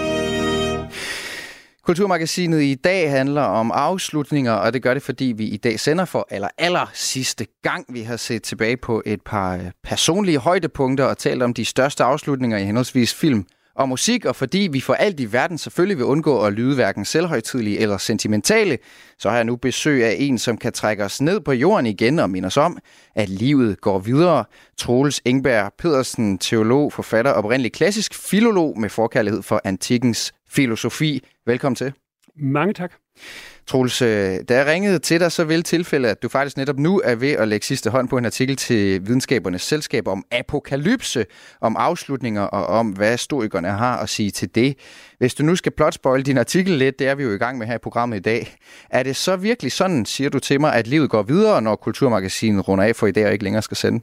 Kulturmagasinet i dag handler om afslutninger, og det gør det, fordi vi i dag sender for aller, aller sidste gang. Vi har set tilbage på et par personlige højdepunkter og talt om de største afslutninger i henholdsvis film og musik, og fordi vi for alt i verden selvfølgelig vil undgå at lyde hverken selvhøjtidelige eller sentimentale, så har jeg nu besøg af en, som kan trække os ned på jorden igen og minde os om, at livet går videre. Troels Engberg Pedersen, teolog, forfatter, oprindelig klassisk filolog med forkærlighed for antikkens filosofi. Velkommen til. Mange tak. Troels, da jeg ringede til dig, så vil tilfælde, at du faktisk netop nu er ved at lægge sidste hånd på en artikel til Videnskabernes Selskab om apokalypse, om afslutninger og om, hvad stoikerne har at sige til det. Hvis du nu skal plotspoile din artikel lidt, det er vi jo i gang med her i programmet i dag. Er det så virkelig sådan, siger du til mig, at livet går videre, når Kulturmagasinet runder af for i dag og ikke længere skal sende?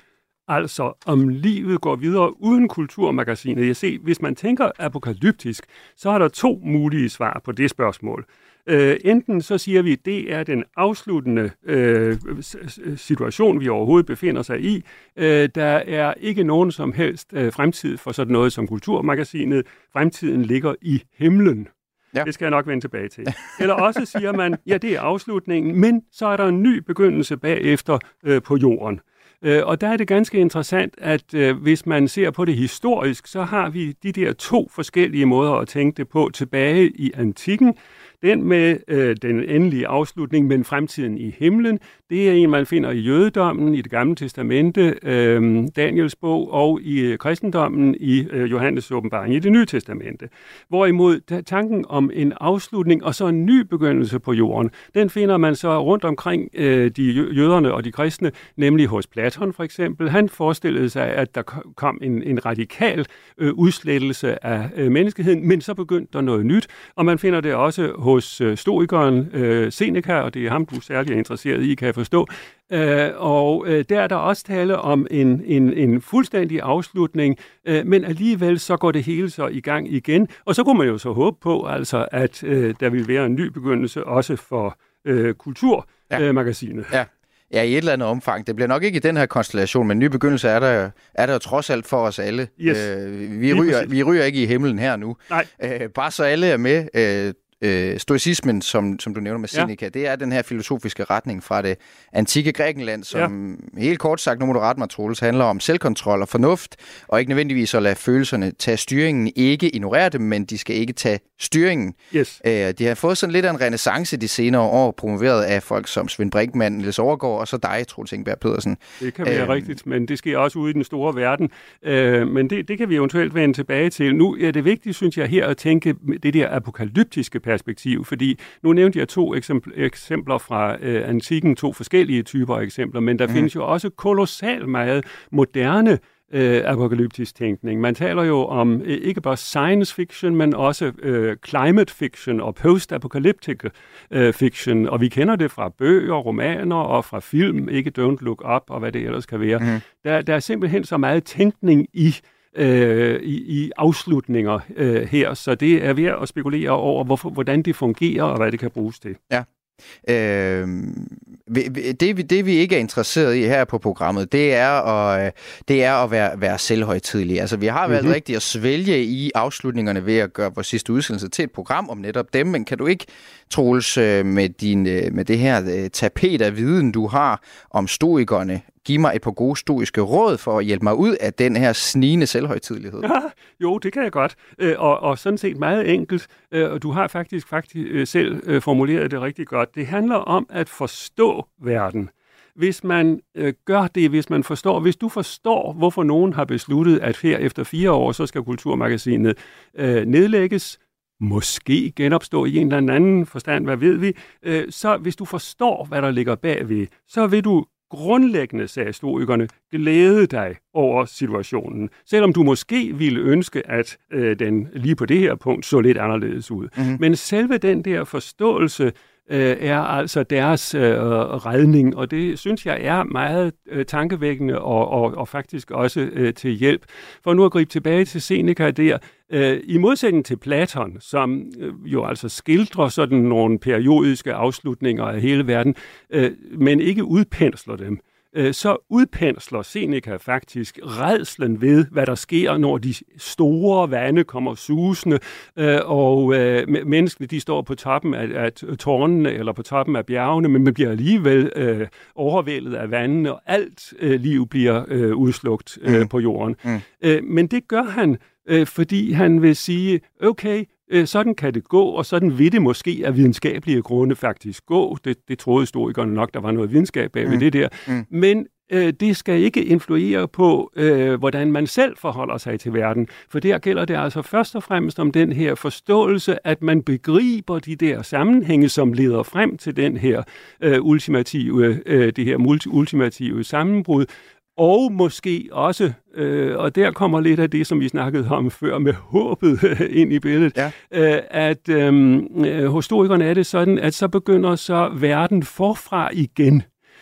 Altså, om livet går videre uden Kulturmagasinet. Jeg ser, hvis man tænker apokalyptisk, så er der to mulige svar på det spørgsmål. Uh, enten så siger vi, at det er den afsluttende uh, situation, vi overhovedet befinder sig i. Uh, der er ikke nogen som helst uh, fremtid for sådan noget som Kulturmagasinet. Fremtiden ligger i himlen. Ja. Det skal jeg nok vende tilbage til. Eller også siger man, ja, det er afslutningen, men så er der en ny begyndelse bagefter uh, på jorden. Uh, og der er det ganske interessant, at uh, hvis man ser på det historisk, så har vi de der to forskellige måder at tænke det på tilbage i antikken. Den med øh, den endelige afslutning, men fremtiden i himlen, det er en, man finder i jødedommen, i det gamle testamente, øh, Daniels bog, og i øh, kristendommen, i øh, Johannes åbenbaring i det nye testamente. Hvorimod tanken om en afslutning og så en ny begyndelse på jorden, den finder man så rundt omkring øh, de jøderne og de kristne, nemlig hos Platon for eksempel. Han forestillede sig, at der kom en, en radikal øh, udslettelse af øh, menneskeheden, men så begyndte der noget nyt, og man finder det også hos øh, stoikeren øh, Seneca, og det er ham, du særlig er interesseret i, kan jeg forstå. Øh, og øh, der er der også tale om en, en, en fuldstændig afslutning, øh, men alligevel så går det hele så i gang igen. Og så kunne man jo så håbe på, altså, at øh, der vil være en ny begyndelse også for øh, Kulturmagasinet. Ja. Ja. Ja, i et eller andet omfang. Det bliver nok ikke i den her konstellation, men en ny begyndelse er der, er der jo trods alt for os alle. Yes. Øh, vi, ryger, vi ryger ikke i himlen her nu. Nej. Øh, bare så alle er med. Øh, Øh, stoicismen, som, som du nævner med Seneca, ja. Det er den her filosofiske retning fra det antikke Grækenland, som ja. helt kort sagt, nu må du rette mig, Troels, handler om selvkontrol og fornuft, og ikke nødvendigvis at lade følelserne tage styringen, ikke ignorere dem, men de skal ikke tage styringen. Yes. Øh, de har fået sådan lidt af en renæssance de senere år, promoveret af folk som Svend Brinkmann, Niels Overgaard, og så dig, Troels Engberg Pedersen. Det kan være øh, rigtigt, men det sker også ude i den store verden. Øh, men det, det kan vi eventuelt vende tilbage til. Nu er det vigtigt, synes jeg, her at tænke det der apokalyptiske perspektiv, fordi nu nævnte jeg to eksempler fra øh, antikken, to forskellige typer eksempler, men der mm. findes jo også kolossalt meget moderne øh, apokalyptisk tænkning. Man taler jo om øh, ikke bare science fiction, men også øh, climate fiction og post-apocalyptic øh, fiction, og vi kender det fra bøger, romaner og fra film, ikke Don't Look Up og hvad det ellers kan være. Mm. Der, der er simpelthen så meget tænkning i Øh, i, i afslutninger øh, her, så det er ved at spekulere over, hvorfor, hvordan det fungerer og hvad det kan bruges til. Ja. Øh, det, vi, det vi ikke er interesseret i her på programmet, det er at, det er at være, være selvhøjtidelige. Altså vi har valgt mm-hmm. rigtigt at svælge i afslutningerne ved at gøre vores sidste udsendelse til et program om netop dem, men kan du ikke, Troels, med, din, med det her tapet af viden, du har om stoikerne, give mig et par gode stoiske råd for at hjælpe mig ud af den her snigende selvhøjtidelighed? Ja, jo, det kan jeg godt. Øh, og, og sådan set meget enkelt. Øh, og du har faktisk, faktisk øh, selv øh, formuleret det rigtig godt. Det handler om at forstå verden. hvis man øh, gør det, hvis man forstår, hvis du forstår, hvorfor nogen har besluttet, at her efter fire år, så skal Kulturmagasinet øh, nedlægges, måske genopstå i en eller anden forstand, hvad ved vi, øh, så hvis du forstår, hvad der ligger bagved, så vil du grundlæggende, sagde historikerne, glæde dig over situationen. Selvom du måske ville ønske, at øh, den lige på det her punkt så lidt anderledes ud. Mm-hmm. Men selve den der forståelse øh, er altså deres øh, redning, og det synes jeg er meget øh, tankevækkende og, og, og faktisk også øh, til hjælp. For nu at gribe tilbage til Seneca der, øh, i modsætning til Platon, som øh, jo altså skildrer sådan nogle periodiske afslutninger af hele verden, øh, men ikke udpensler dem, så udpensler Seneca faktisk rædslen ved, hvad der sker, når de store vande kommer susende, og menneskene de står på toppen af, af tårnene eller på toppen af bjergene, men man bliver alligevel øh, overvældet af vandene, og alt øh, liv bliver øh, udslugt øh, mm. på jorden. Mm. Øh, men det gør han, øh, fordi han vil sige, okay, sådan kan det gå, og sådan vil det måske af videnskabelige grunde faktisk gå. Det, det troede historikerne nok, der var noget videnskab bag ved mm. det der. Mm. Men øh, det skal ikke influere på, øh, hvordan man selv forholder sig til verden. For der gælder det altså først og fremmest om den her forståelse, at man begriber de der sammenhænge, som leder frem til den her øh, ultimative, øh, det her multi- ultimative sammenbrud. Og måske også, øh, og der kommer lidt af det, som vi snakkede om før, med håbet ind i billedet, ja. øh, at øh, hos historikerne er det sådan, at så begynder så verden forfra igen.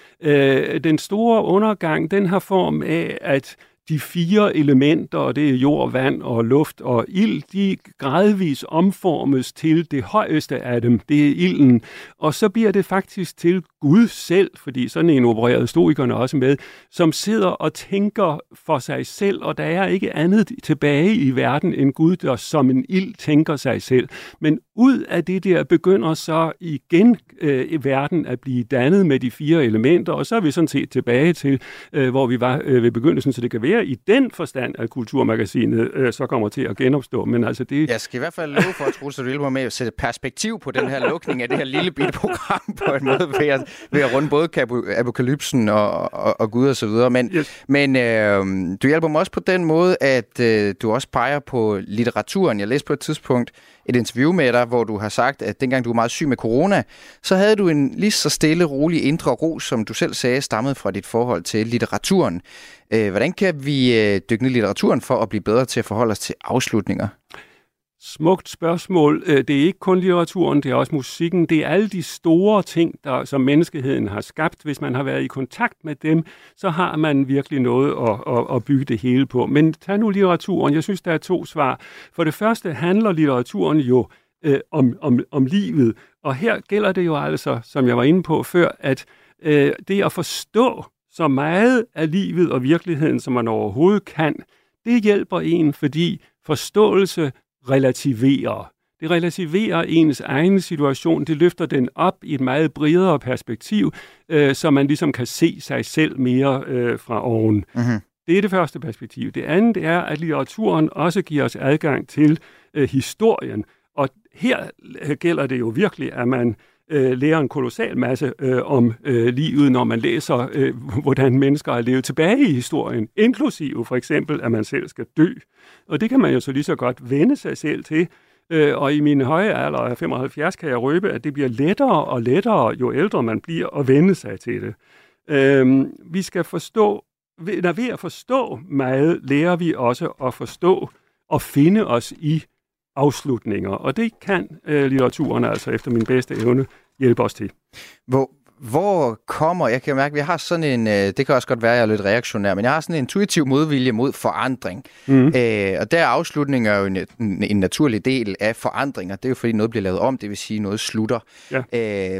Øh, den store undergang, den har form af, at de fire elementer, og det er jord, vand og luft og ild, de gradvis omformes til det højeste af dem, det er ilden. Og så bliver det faktisk til Gud selv, fordi sådan en opererede historikerne også med, som sidder og tænker for sig selv, og der er ikke andet tilbage i verden end Gud, der som en ild tænker sig selv. Men ud af det der begynder så igen øh, i verden at blive dannet med de fire elementer, og så er vi sådan set tilbage til, øh, hvor vi var øh, ved begyndelsen, så det kan være i den forstand, at Kulturmagasinet øh, så kommer til at genopstå. Men altså det... Jeg skal i hvert fald love for, at Troels, at du hjælper med at sætte perspektiv på den her lukning af det her lille bitte program på en måde ved at, ved at runde både apokalypsen og, og, og Gud og så videre. Men, yes. men øh, du hjælper mig også på den måde, at øh, du også peger på litteraturen. Jeg læste på et tidspunkt et interview med dig, hvor du har sagt, at dengang du var meget syg med corona, så havde du en lige så stille, rolig indre ro, som du selv sagde, stammede fra dit forhold til litteraturen. Hvordan kan vi dykke ned i litteraturen for at blive bedre til at forholde os til afslutninger? Smukt spørgsmål. Det er ikke kun litteraturen, det er også musikken. Det er alle de store ting, der, som menneskeheden har skabt. Hvis man har været i kontakt med dem, så har man virkelig noget at, at, at bygge det hele på. Men tag nu litteraturen. Jeg synes, der er to svar. For det første handler litteraturen jo øh, om, om, om livet. Og her gælder det jo altså, som jeg var inde på før, at øh, det at forstå så meget af livet og virkeligheden, som man overhovedet kan, det hjælper en, fordi forståelse relativerer. Det relativerer ens egen situation, det løfter den op i et meget bredere perspektiv, øh, så man ligesom kan se sig selv mere øh, fra oven. Mm-hmm. Det er det første perspektiv. Det andet er, at litteraturen også giver os adgang til øh, historien. Og her øh, gælder det jo virkelig, at man øh, lærer en kolossal masse øh, om øh, livet, når man læser, øh, hvordan mennesker har levet tilbage i historien, inklusive for eksempel, at man selv skal dø. Og det kan man jo så lige så godt vende sig selv til. Øh, og i min høje alder af femoghalvfjerds kan jeg røbe, at det bliver lettere og lettere, jo ældre man bliver, at vende sig til det. Øh, vi skal forstå, ved, ved at forstå meget, lærer vi også at forstå og finde os i afslutninger. Og det kan øh, litteraturen altså efter min bedste evne hjælpe os til. Hvor, hvor kommer, jeg kan mærke, at jeg har sådan en, øh, det kan også godt være, at jeg er lidt reaktionær, men jeg har sådan en intuitiv modvilje mod forandring. Mm. Øh, og der er afslutninger jo en, en, en naturlig del af forandringer. Det er jo fordi noget bliver lavet om, det vil sige noget slutter. Ja. Øh,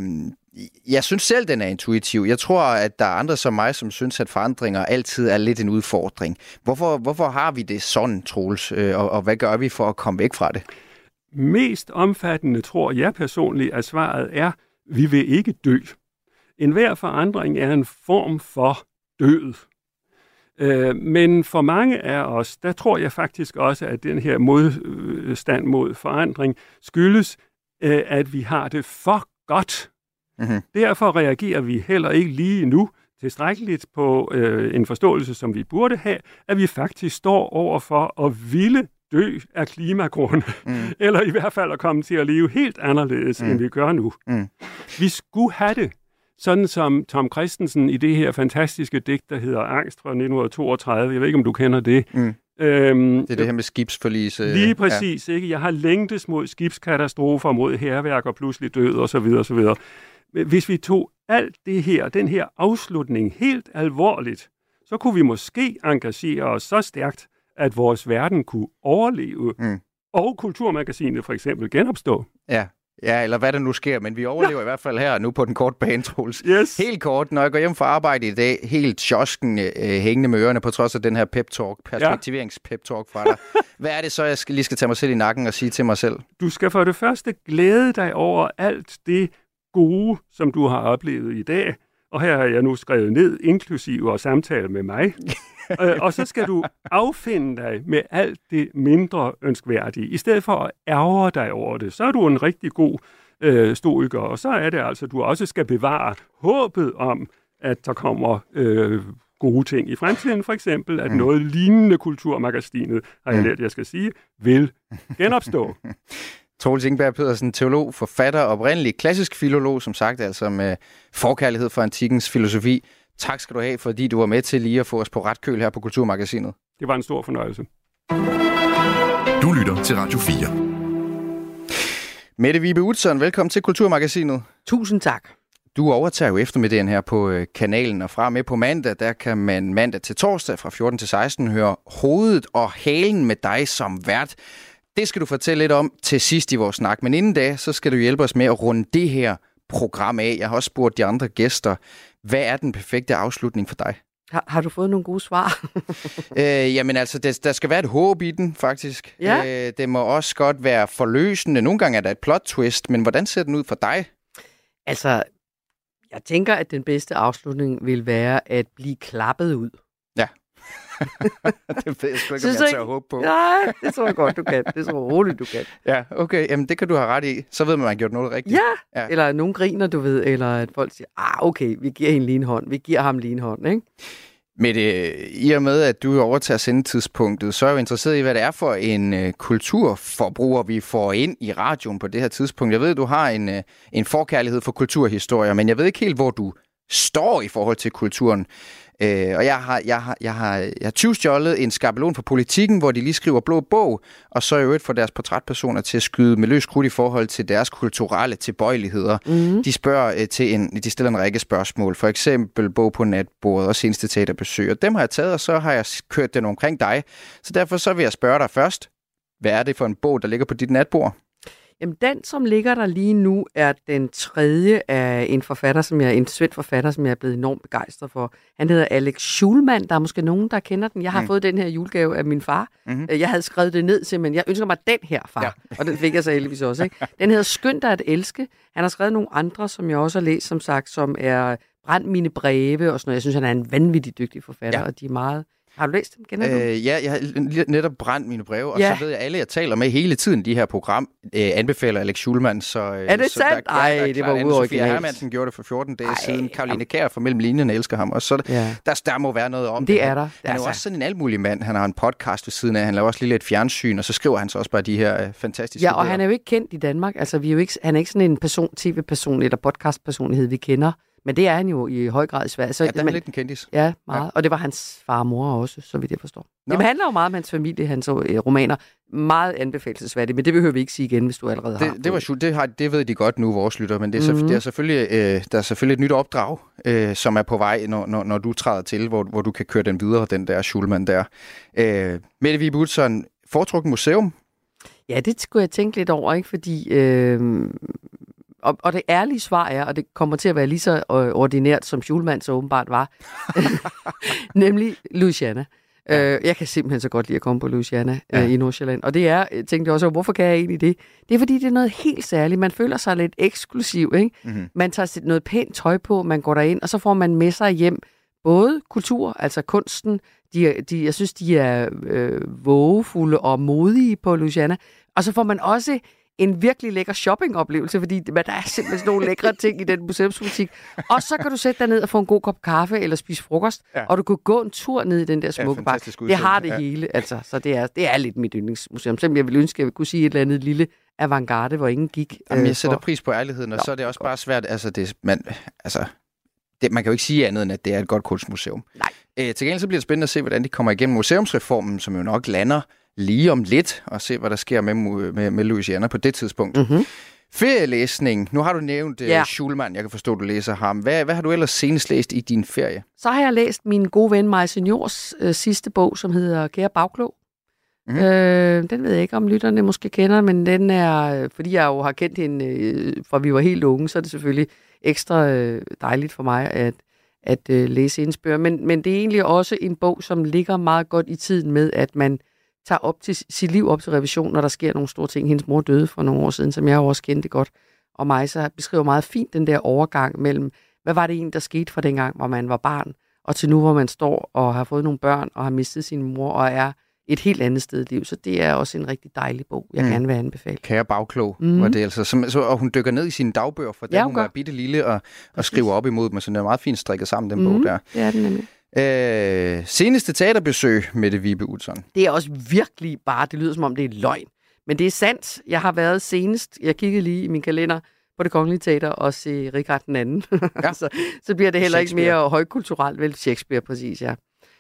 Jeg synes selv, den er intuitiv. Jeg tror, at der er andre som mig, som synes, at forandringer altid er lidt en udfordring. Hvorfor, hvorfor har vi det sådan, Troels? Og, og hvad gør vi for at komme væk fra det? Mest omfattende, tror jeg personligt, at svaret er, vi vil ikke dø. Enhver forandring er en form for død. Øh, men for mange af os, der tror jeg faktisk også, at den her modstand mod forandring skyldes, øh, at vi har det for godt. Mm-hmm. Derfor reagerer vi heller ikke lige nu tilstrækkeligt på øh, en forståelse, som vi burde have, at vi faktisk står over for at ville dø af klimagrunde, mm. eller i hvert fald at komme til at leve helt anderledes, mm. end vi gør nu. Mm. Vi skulle have det, sådan som Tom Christensen i det her fantastiske digt, der hedder Angst fra nitten toogtredive. Jeg ved ikke, om du kender det. Mm. Øhm, det er det her med skibsforlis. Øh, lige præcis. Ja. Ikke? Jeg har længtes mod skibskatastrofer, mod hærværk og pludselig død osv. osv. Hvis vi tog alt det her, den her afslutning helt alvorligt, så kunne vi måske engagere os så stærkt, at vores verden kunne overleve, mm. og Kulturmagasinet for eksempel genopstå. Ja. Ja, eller hvad der nu sker, men vi overlever ja. i hvert fald her nu på den korte bane, Troels. Yes. Helt kort, når jeg går hjem fra arbejde i dag, helt tjosken øh, hængende med ørerne, på trods af den her pep-talk, perspektiverings-pep-talk fra dig. Hvad er det så, jeg skal, lige skal tage mig selv i nakken og sige til mig selv? Du skal for det første glæde dig over alt det gode, som du har oplevet i dag, og her har jeg nu skrevet ned, inklusive og samtale med mig. øh, og så skal du affinde dig med alt det mindre ønskværdige, i stedet for at ærge dig over det. Så er du en rigtig god øh, stoiker, og så er det altså, at du også skal bevare håbet om, at der kommer øh, gode ting i fremtiden. For eksempel, at mm. noget lignende Kulturmagasinet, har jeg lært, jeg skal sige, vil genopstå. Troels Ingberg Pedersen, teolog, forfatter, oprindelig klassisk filolog, som sagt, altså med forkærlighed for antikkens filosofi. Tak skal du have, fordi du var med til lige at få os på ret køl her på Kulturmagasinet. Det var en stor fornøjelse. Du lytter til Radio fire. Mette Vibe Utzon, velkommen til Kulturmagasinet. Tusind tak. Du overtager jo eftermiddagen her på kanalen, og fra med på mandag, der kan man mandag til torsdag fra fjorten til seksten høre Hovedet og Halen med dig som vært. Det skal du fortælle lidt om til sidst i vores snak, men inden da, så skal du hjælpe os med at runde det her program af. Jeg har også spurgt de andre gæster, hvad er den perfekte afslutning for dig? Har, har du fået nogle gode svar? øh, jamen altså, der, der skal være et håb i den, faktisk. Ja. Øh, det må også godt være forløsende. Nogle gange er der et plot twist, men hvordan ser den ud for dig? Altså, jeg tænker, at den bedste afslutning vil være at blive klappet ud. Ja. Det ved jeg sgu ikke, om jeg tør håbe på. Nej, det tror jeg godt, du kan. Det tror jeg roligt, du kan. Ja, okay. Jamen, det kan du have ret i. Så ved man, at man har gjort noget rigtigt. Ja, ja. Eller nogen griner, du ved, eller at folk siger, ah, okay, vi giver hende lige en hånd. Vi giver ham lige en hånd, ikke? Men det, i og med, at du overtager sendetidspunktet, så er jeg jo interesseret i, hvad det er for en uh, kulturforbruger, vi får ind i radioen på det her tidspunkt. Jeg ved, at du har en, uh, en forkærlighed for kulturhistorier, men jeg ved ikke helt, hvor du står i forhold til kulturen. Øh, og jeg har, jeg, har, jeg, har, jeg har tyvstjålet en skabelon for Politikken, hvor de lige skriver blå bog, og så i øvrigt får deres portrætpersoner til at skyde med løs krudt i forhold til deres kulturelle tilbøjeligheder. Mm. De spørger øh, til en, de stiller en række spørgsmål, for eksempel bog på natbordet og seneste teaterbesøg. Og dem har jeg taget, og så har jeg kørt den omkring dig. Så derfor så vil jeg spørge dig først, hvad er det for en bog, der ligger på dit natbord? Jamen, den, som ligger der lige nu, er den tredje af en forfatter, som jeg, en svensk forfatter, som jeg er blevet enormt begejstret for. Han hedder Alex Schulman. Der er måske nogen, der kender den. Jeg har mm. fået den her julegave af min far. Mm-hmm. Jeg havde skrevet det ned simpelthen. Jeg ønsker mig den her, far. Ja. Og den fik jeg så heldigvis også. Ikke? Den hedder Skynd dig at elske. Han har skrevet nogle andre, som jeg også har læst, som sagt, som er Brænd mine breve og sådan noget. Jeg synes, han er en vanvittig dygtig forfatter, ja. Og de er meget... Har du læst dem? Kender du? Øh, ja, jeg har netop brændt mine breve, og ja. Så ved jeg, at alle, jeg taler med hele tiden de her program, øh, anbefaler Alex Schulman. Så, øh, er det så sandt? Der, Ej, det var ude Sofia Hermansen gjorde det for fjorten dage Ej, siden. Karoline Kjær fra Mellem Linjerne elsker ham. Og så ja. der, der må være noget om det. Det er der. Han er altså. jo også sådan en almulig mand. Han har en podcast ved siden af. Han laver også lige lidt fjernsyn, og så skriver han så også bare de her øh, fantastiske Ja, og bøger. Han er jo ikke kendt i Danmark. Altså, vi er jo ikke, han er ikke sådan en person, tv-person eller podcast-personlighed, vi kender. Men det er han jo i høj grad i Sverige. Så, ja, der er lidt en kendis. Ja, meget. Ja. Og det var hans far og mor også, så vidt jeg forstår. Nå. Det handler jo meget om hans familie, hans øh, romaner. Meget anbefalelsesværdigt, men det behøver vi ikke sige igen, hvis du allerede det, har. Det, var, det, har, det ved de godt nu, vores lytter, men det er, mm-hmm. det er selvfølgelig, øh, der er selvfølgelig et nyt opdrag, øh, som er på vej, når, når, når du træder til, hvor, hvor du kan køre den videre, den der Schulman der. Øh, Mette Vibe Utzon, foretrukket museum? Ja, det skulle jeg tænke lidt over, ikke? Fordi... Øh, Og, og det ærlige svar er, og det kommer til at være lige så ordinært, som Schulman så åbenbart var, nemlig Louisiana. Ja. Øh, jeg kan simpelthen så godt lide at komme på Louisiana ja. øh, i Nordsjælland. Og det er, jeg tænkte også, hvorfor kan jeg egentlig det? Det er, fordi det er noget helt særligt. Man føler sig lidt eksklusiv, ikke? Mm-hmm. Man tager noget pænt tøj på, man går derind, og så får man med sig hjem både kultur, altså kunsten. De, de, jeg synes, de er øh, vågefulde og modige på Louisiana. Og så får man også en virkelig lækker shoppingoplevelse, fordi der er simpelthen sådan nogle lækre ting i den museumsbutik. Og så kan du sætte dig ned og få en god kop kaffe eller spise frokost, ja. og du kan gå en tur ned i den der smukke ja, park. Det har det ja. hele, altså. Så det er, det er lidt mit yndlingsmuseum. Selvom jeg ville ønske, at jeg kunne sige et eller andet lille avantgarde, hvor ingen gik. Jamen, jeg øh, sætter for... pris på ærligheden, og Nå, så er det også bare svært. Altså, det, man, altså, det, man kan jo ikke sige andet, end at det er et godt kunstmuseum. Nej. Æ, til gengæld så bliver det spændende at se, hvordan de kommer igennem museumsreformen, som jo nok lander lige om lidt, og se, hvad der sker med, med, med Louisiana på det tidspunkt. Mm-hmm. Ferielæsning. Nu har du nævnt ja. uh, Schulman. Jeg kan forstå, at du læser ham. Hvad, hvad har du ellers senest læst i din ferie? Så har jeg læst min gode ven Maja Seniors øh, sidste bog, som hedder Kære Bagklog. Mm-hmm. Øh, den ved jeg ikke, om lytterne måske kender, men den er, fordi jeg jo har kendt hende, øh, fra vi var helt unge, så er det selvfølgelig ekstra øh, dejligt for mig at, at øh, læse hendes bøger. Men, men det er egentlig også en bog, som ligger meget godt i tiden med, at man tager op til sit liv op til revision, når der sker nogle store ting. Hendes mor døde for nogle år siden, som jeg jo også kendte godt. Og Majsa beskriver meget fint den der overgang mellem, hvad var det egentlig, der skete fra dengang, hvor man var barn, og til nu, hvor man står og har fået nogle børn, og har mistet sin mor, og er et helt andet sted i livet. Så det er også en rigtig dejlig bog, jeg mm. gerne vil anbefale. Kære Bagklog, mm. var det altså. Som, så, og hun dykker ned i sine dagbøger, for da ja, hun, hun var bitte lille, og, og skriver op imod dem, så den er meget fint strikket sammen, den mm. bog der. Det er den nemlig. Øh, seneste teaterbesøg med det Vibe Utzon. Det er også virkelig bare, det lyder som om det er løgn. Men det er sandt. Jeg har været senest, jeg kiggede lige i min kalender på Det Kongelige Teater og se Richard den anden. Ja. så, så bliver det heller ikke mere højkulturelt, vel Shakespeare præcis, ja.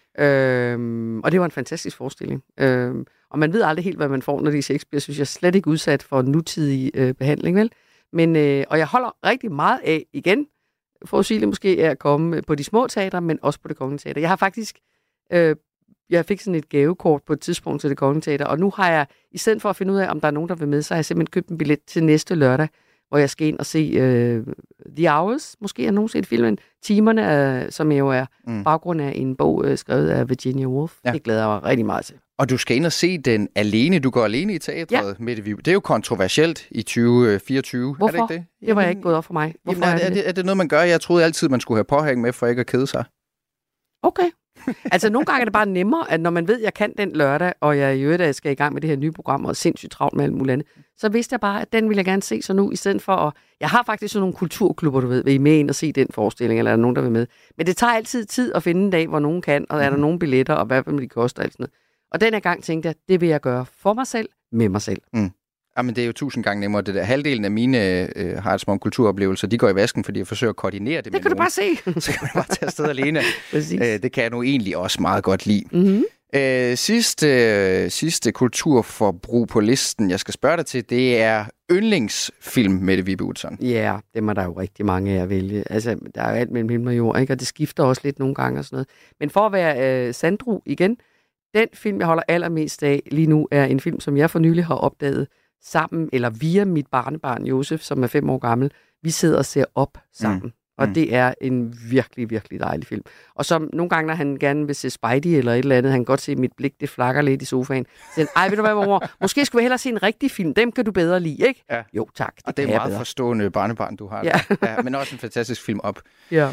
Øhm, og det var en fantastisk forestilling. Øhm, og man ved aldrig helt, hvad man får, når det er Shakespeare, synes jeg slet ikke udsat for nutidig øh, behandling, vel? Men, øh, og jeg holder rigtig meget af, igen, forudsigeligt måske, er at komme på de små teater, men også på Det Kongelige Teater. Jeg har faktisk, øh, jeg fik sådan et gavekort på et tidspunkt til Det Kongelige Teater, og nu har jeg, i stedet for at finde ud af, om der er nogen, der vil med, så har jeg simpelthen købt en billet til næste lørdag, hvor jeg skal ind og se øh, The Hours, måske har nogen set filmen, Timerne, øh, som jo er mm. baggrund af en bog øh, skrevet af Virginia Woolf. Ja. Det glæder jeg mig rigtig meget til. Og du skal ind og se den alene. Du går alene i teatret ja. med det. Det er jo kontroversielt i tyve fireogtyve. Hvorfor? Er det ikke det? Det var jeg ikke gået op for mig. Hvorfor Jamen, er, er, det? Er det noget, man gør? Jeg troede altid, man skulle have påhæng med, for ikke at kede sig. Okay. Altså, nogle gange er det bare nemmere, at når man ved, at jeg kan den lørdag, og jeg i øvrigt, at jeg skal i gang med det her nye program, og er sindssygt travlt med alt muligt andet, så vidste jeg bare, at den vil jeg gerne se så nu, i stedet for at... Jeg har faktisk sådan nogle kulturklubber, du ved, vil I med ind og se den forestilling, eller er der nogen, der vil med? Men det tager altid tid at finde en dag, hvor nogen kan, og er der nogle billetter, og hvad vil de koste, og alt sådan noget. Og den her gang tænkte jeg, det vil jeg gøre for mig selv, med mig selv. Mm. Jamen, det er jo tusind gange nemmere. Det der. Halvdelen af mine øh, har et kulturoplevelser, de går i vasken, fordi jeg forsøger at koordinere det, det med Det kan nogen. Du bare se. Så kan man bare tage afsted alene. Æ, det kan jeg nu egentlig også meget godt lide. Mm-hmm. Æ, sidste, øh, sidste kulturforbrug på listen, jeg skal spørge dig til, det er yndlingsfilm med det Vibe Utzon. Ja, yeah, dem er der jo rigtig mange af at vælge. Altså, der er jo alt mellem himmel og jord, ikke? Og det skifter også lidt nogle gange og sådan noget. Men for at være øh, Sandro igen, den film, jeg holder allermest af lige nu, er en film, som jeg for nylig har opdaget sammen, eller via mit barnebarn Josef, som er fem år gammel. Vi sidder og ser op sammen. Mm. Og mm. det er en virkelig, virkelig dejlig film. Og som nogle gange, når han gerne vil se Spidey eller et eller andet, han kan godt se, at mit blik, det flakker lidt i sofaen. Så han, ej, ved du hvad, mor? Måske skulle vi hellere se en rigtig film. Dem kan du bedre lide, ikke? Ja. Jo, tak. Det, og det er meget bedre. Forstående barnebarn, du har. Ja. Ja, men også en fantastisk film op. Ja.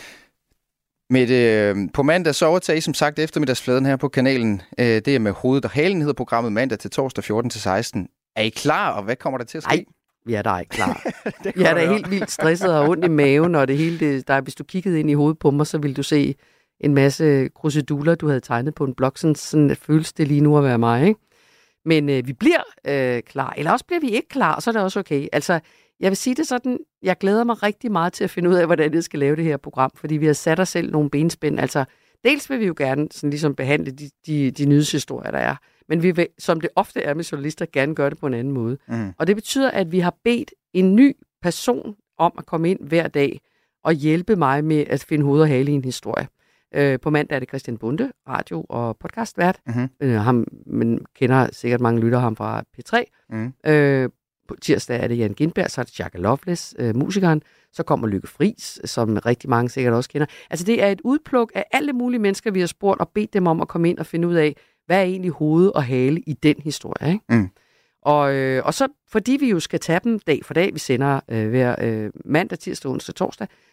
Med det, på mandag så overtager I som sagt eftermiddagsfladen her på kanalen. Det er med hovedet og halen, hedder programmet mandag til torsdag fjorten til seksten. Er I klar, og hvad kommer der til at ske? Ej, vi er da ikke klar. Jeg er da helt vildt stresset og ondt i maven, og det hele, det, der, hvis du kiggede ind i hovedet på mig, så ville du se en masse kruseduller, du havde tegnet på en blog, sådan, sådan føles det lige nu at være mig, ikke? Men øh, vi bliver øh, klar, eller også bliver vi ikke klar, og så er det også okay. Altså, jeg vil sige det sådan, jeg glæder mig rigtig meget til at finde ud af, hvordan jeg skal lave det her program, fordi vi har sat os selv nogle benspænd. Altså, dels vil vi jo gerne sådan ligesom behandle de, de, de nyhedshistorier, der er, men vi vil, som det ofte er med journalister, gerne gøre det på en anden måde. Mm. Og det betyder, at vi har bedt en ny person om at komme ind hver dag og hjælpe mig med at finde hoved og hale i en historie. Øh, på mandag er det Christian Bonde, radio- og podcastvært. Mm-hmm. Øh, ham, man kender sikkert mange lytter ham fra P tre. Mm. Øh, på tirsdag er det Jan Gindberg, så er det Shaka Loveless, øh, musikeren. Så kommer Lykke Friis, som rigtig mange sikkert også kender. Altså det er et udpluk af alle mulige mennesker, vi har spurgt og bedt dem om at komme ind og finde ud af, hvad er egentlig hoved og hale i den historie, ikke? Mm. Og, øh, og så, fordi vi jo skal tage dem dag for dag, vi sender øh, hver øh, mandag, tirsdag, onsdag, torsdag,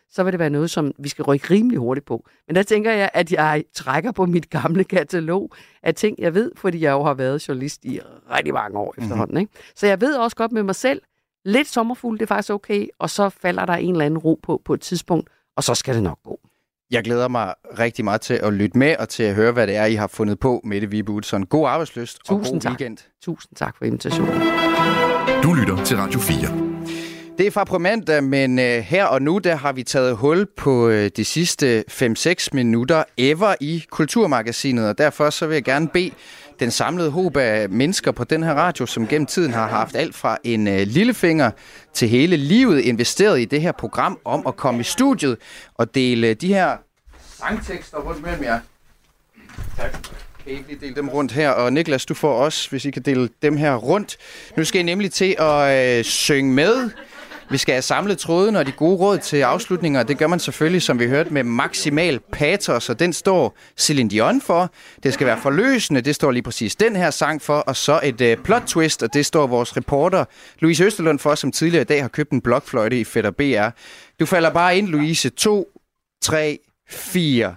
så vil det være noget, som vi skal rykke rimelig hurtigt på. Men der tænker jeg, at jeg trækker på mit gamle katalog af ting, jeg ved, fordi jeg jo har været journalist i rigtig mange år mm-hmm. efterhånden. Ikke? Så jeg ved også godt med mig selv, lidt sommerfugl, det er faktisk okay, og så falder der en eller anden ro på på et tidspunkt, og så skal det nok gå. Jeg glæder mig rigtig meget til at lytte med, og til at høre, hvad det er, I har fundet på, Mette Vibe Utzon. God arbejdslyst og Tusind god tak. weekend. Tusind tak for invitationen. Du lytter til Radio fire. Det er fra på mandag, men øh, her og nu, der har vi taget hul på øh, de sidste fem seks minutter ever i Kulturmagasinet, og derfor så vil jeg gerne bede den samlede håb af mennesker på den her radio, som gennem tiden har haft alt fra en øh, lillefinger til hele livet investeret i det her program, om at komme i studiet og dele de her sangtekster rundt mellem jer. Tak. Kan I ikke lige dele dem rundt her? Og Niklas, du får også, hvis I kan dele dem her rundt. Nu skal I nemlig til at øh, synge med. Vi skal have samlet tråden og de gode råd til afslutninger. Det gør man selvfølgelig, som vi hørte, med maksimal patos, og den står Celine Dion for. Det skal være forløsende, det står lige præcis den her sang for. Og så et øh, plot twist, og det står vores reporter Louise Østerlund for, som tidligere i dag har købt en blokfløjte i Fætter B R. Du falder bare ind, Louise. to, tre, fire.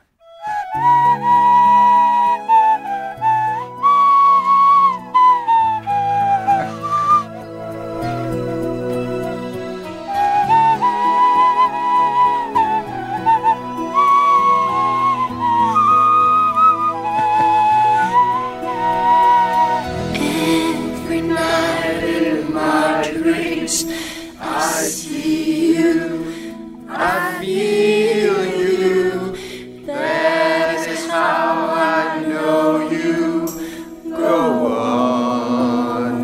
I see you, I feel you, that is how I know you. Go on.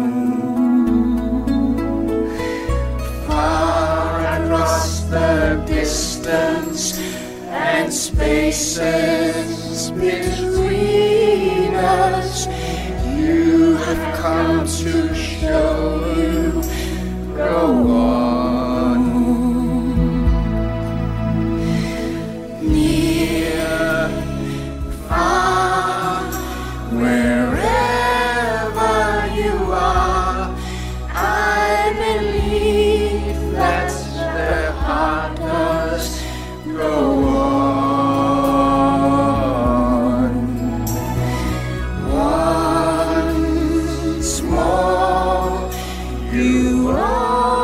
Far across the distance and spaces between us, you have come to show you. Go on. Near, far, wherever you are, I believe that the heart does go on. Once more, you are.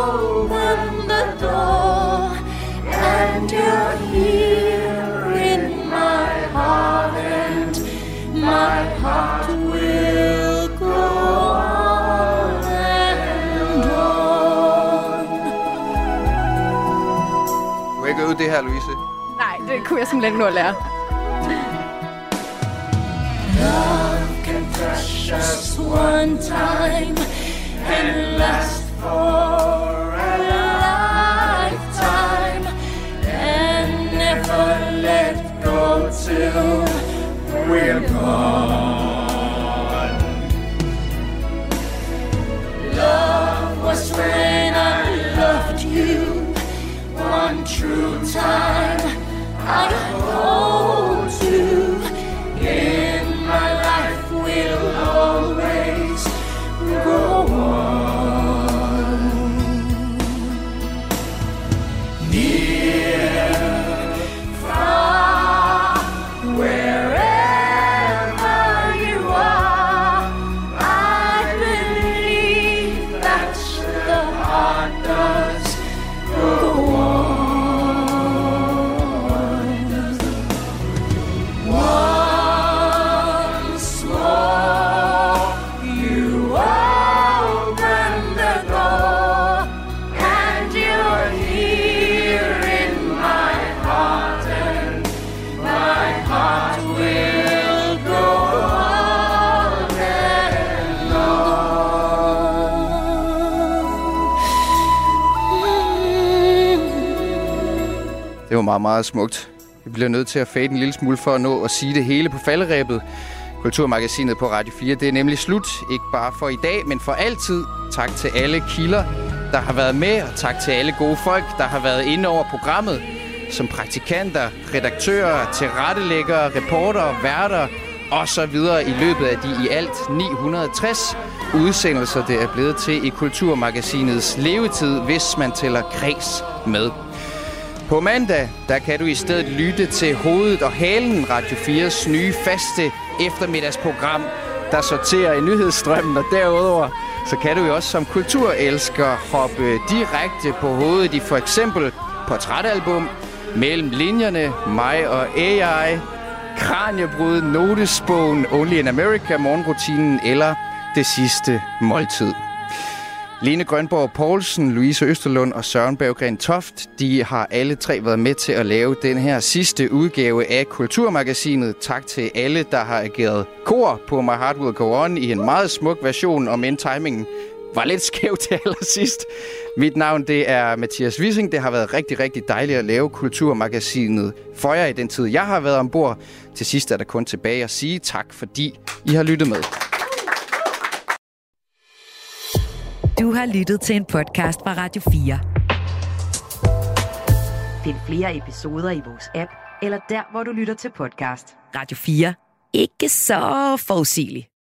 Det her, Louise? Nej, det kunne jeg simpelthen nå at lære. Love can touch us one time and last for a lifetime and never let go till we're gone. Love was when I loved you. One true time I hold you in my life will always go on. Near, far, wherever you are, I believe that the heart does go on. Det var meget, meget smukt. Vi bliver nødt til at fade en lille smule for at nå at sige det hele på falderæbet. Kulturmagasinet på Radio fire, det er nemlig slut. Ikke bare for i dag, men for altid. Tak til alle kilder, der har været med, og tak til alle gode folk, der har været inde over programmet. Som praktikanter, redaktører, tilrettelæggere, reportere, værter og så videre i løbet af de i alt ni hundrede og tres udsendelser, det er blevet til i Kulturmagasinets levetid, hvis man tæller kreds med. På mandag, der kan du i stedet lytte til Hovedet og Halen, Radio fires nye faste eftermiddagsprogram, der sorterer i nyhedsstrømmen, og derudover så kan du jo også som kulturelsker hoppe direkte på hovedet i for eksempel portrætalbum, Mellem linjerne, mig og A I, Kraniebrud, Notesbogen, Only in America, Morgenrutinen eller Det sidste måltid. Lene Grønborg Poulsen, Louise Østerlund og Søren Berggren Toft, de har alle tre været med til at lave den her sidste udgave af Kulturmagasinet. Tak til alle, der har ageret kor på My Heart Will Go On i en meget smuk version, om end timingen var lidt skæv til allersidst. Mit navn, det er Mathias Wissing. Det har været rigtig, rigtig dejligt at lave Kulturmagasinet for jer i den tid, jeg har været ombord. Til sidst er der kun tilbage at sige tak, fordi I har lyttet med. Du har lyttet til en podcast fra Radio fire. Find flere episoder i vores app, eller der, hvor du lytter til podcast. Radio fire. Ikke så forudsigeligt.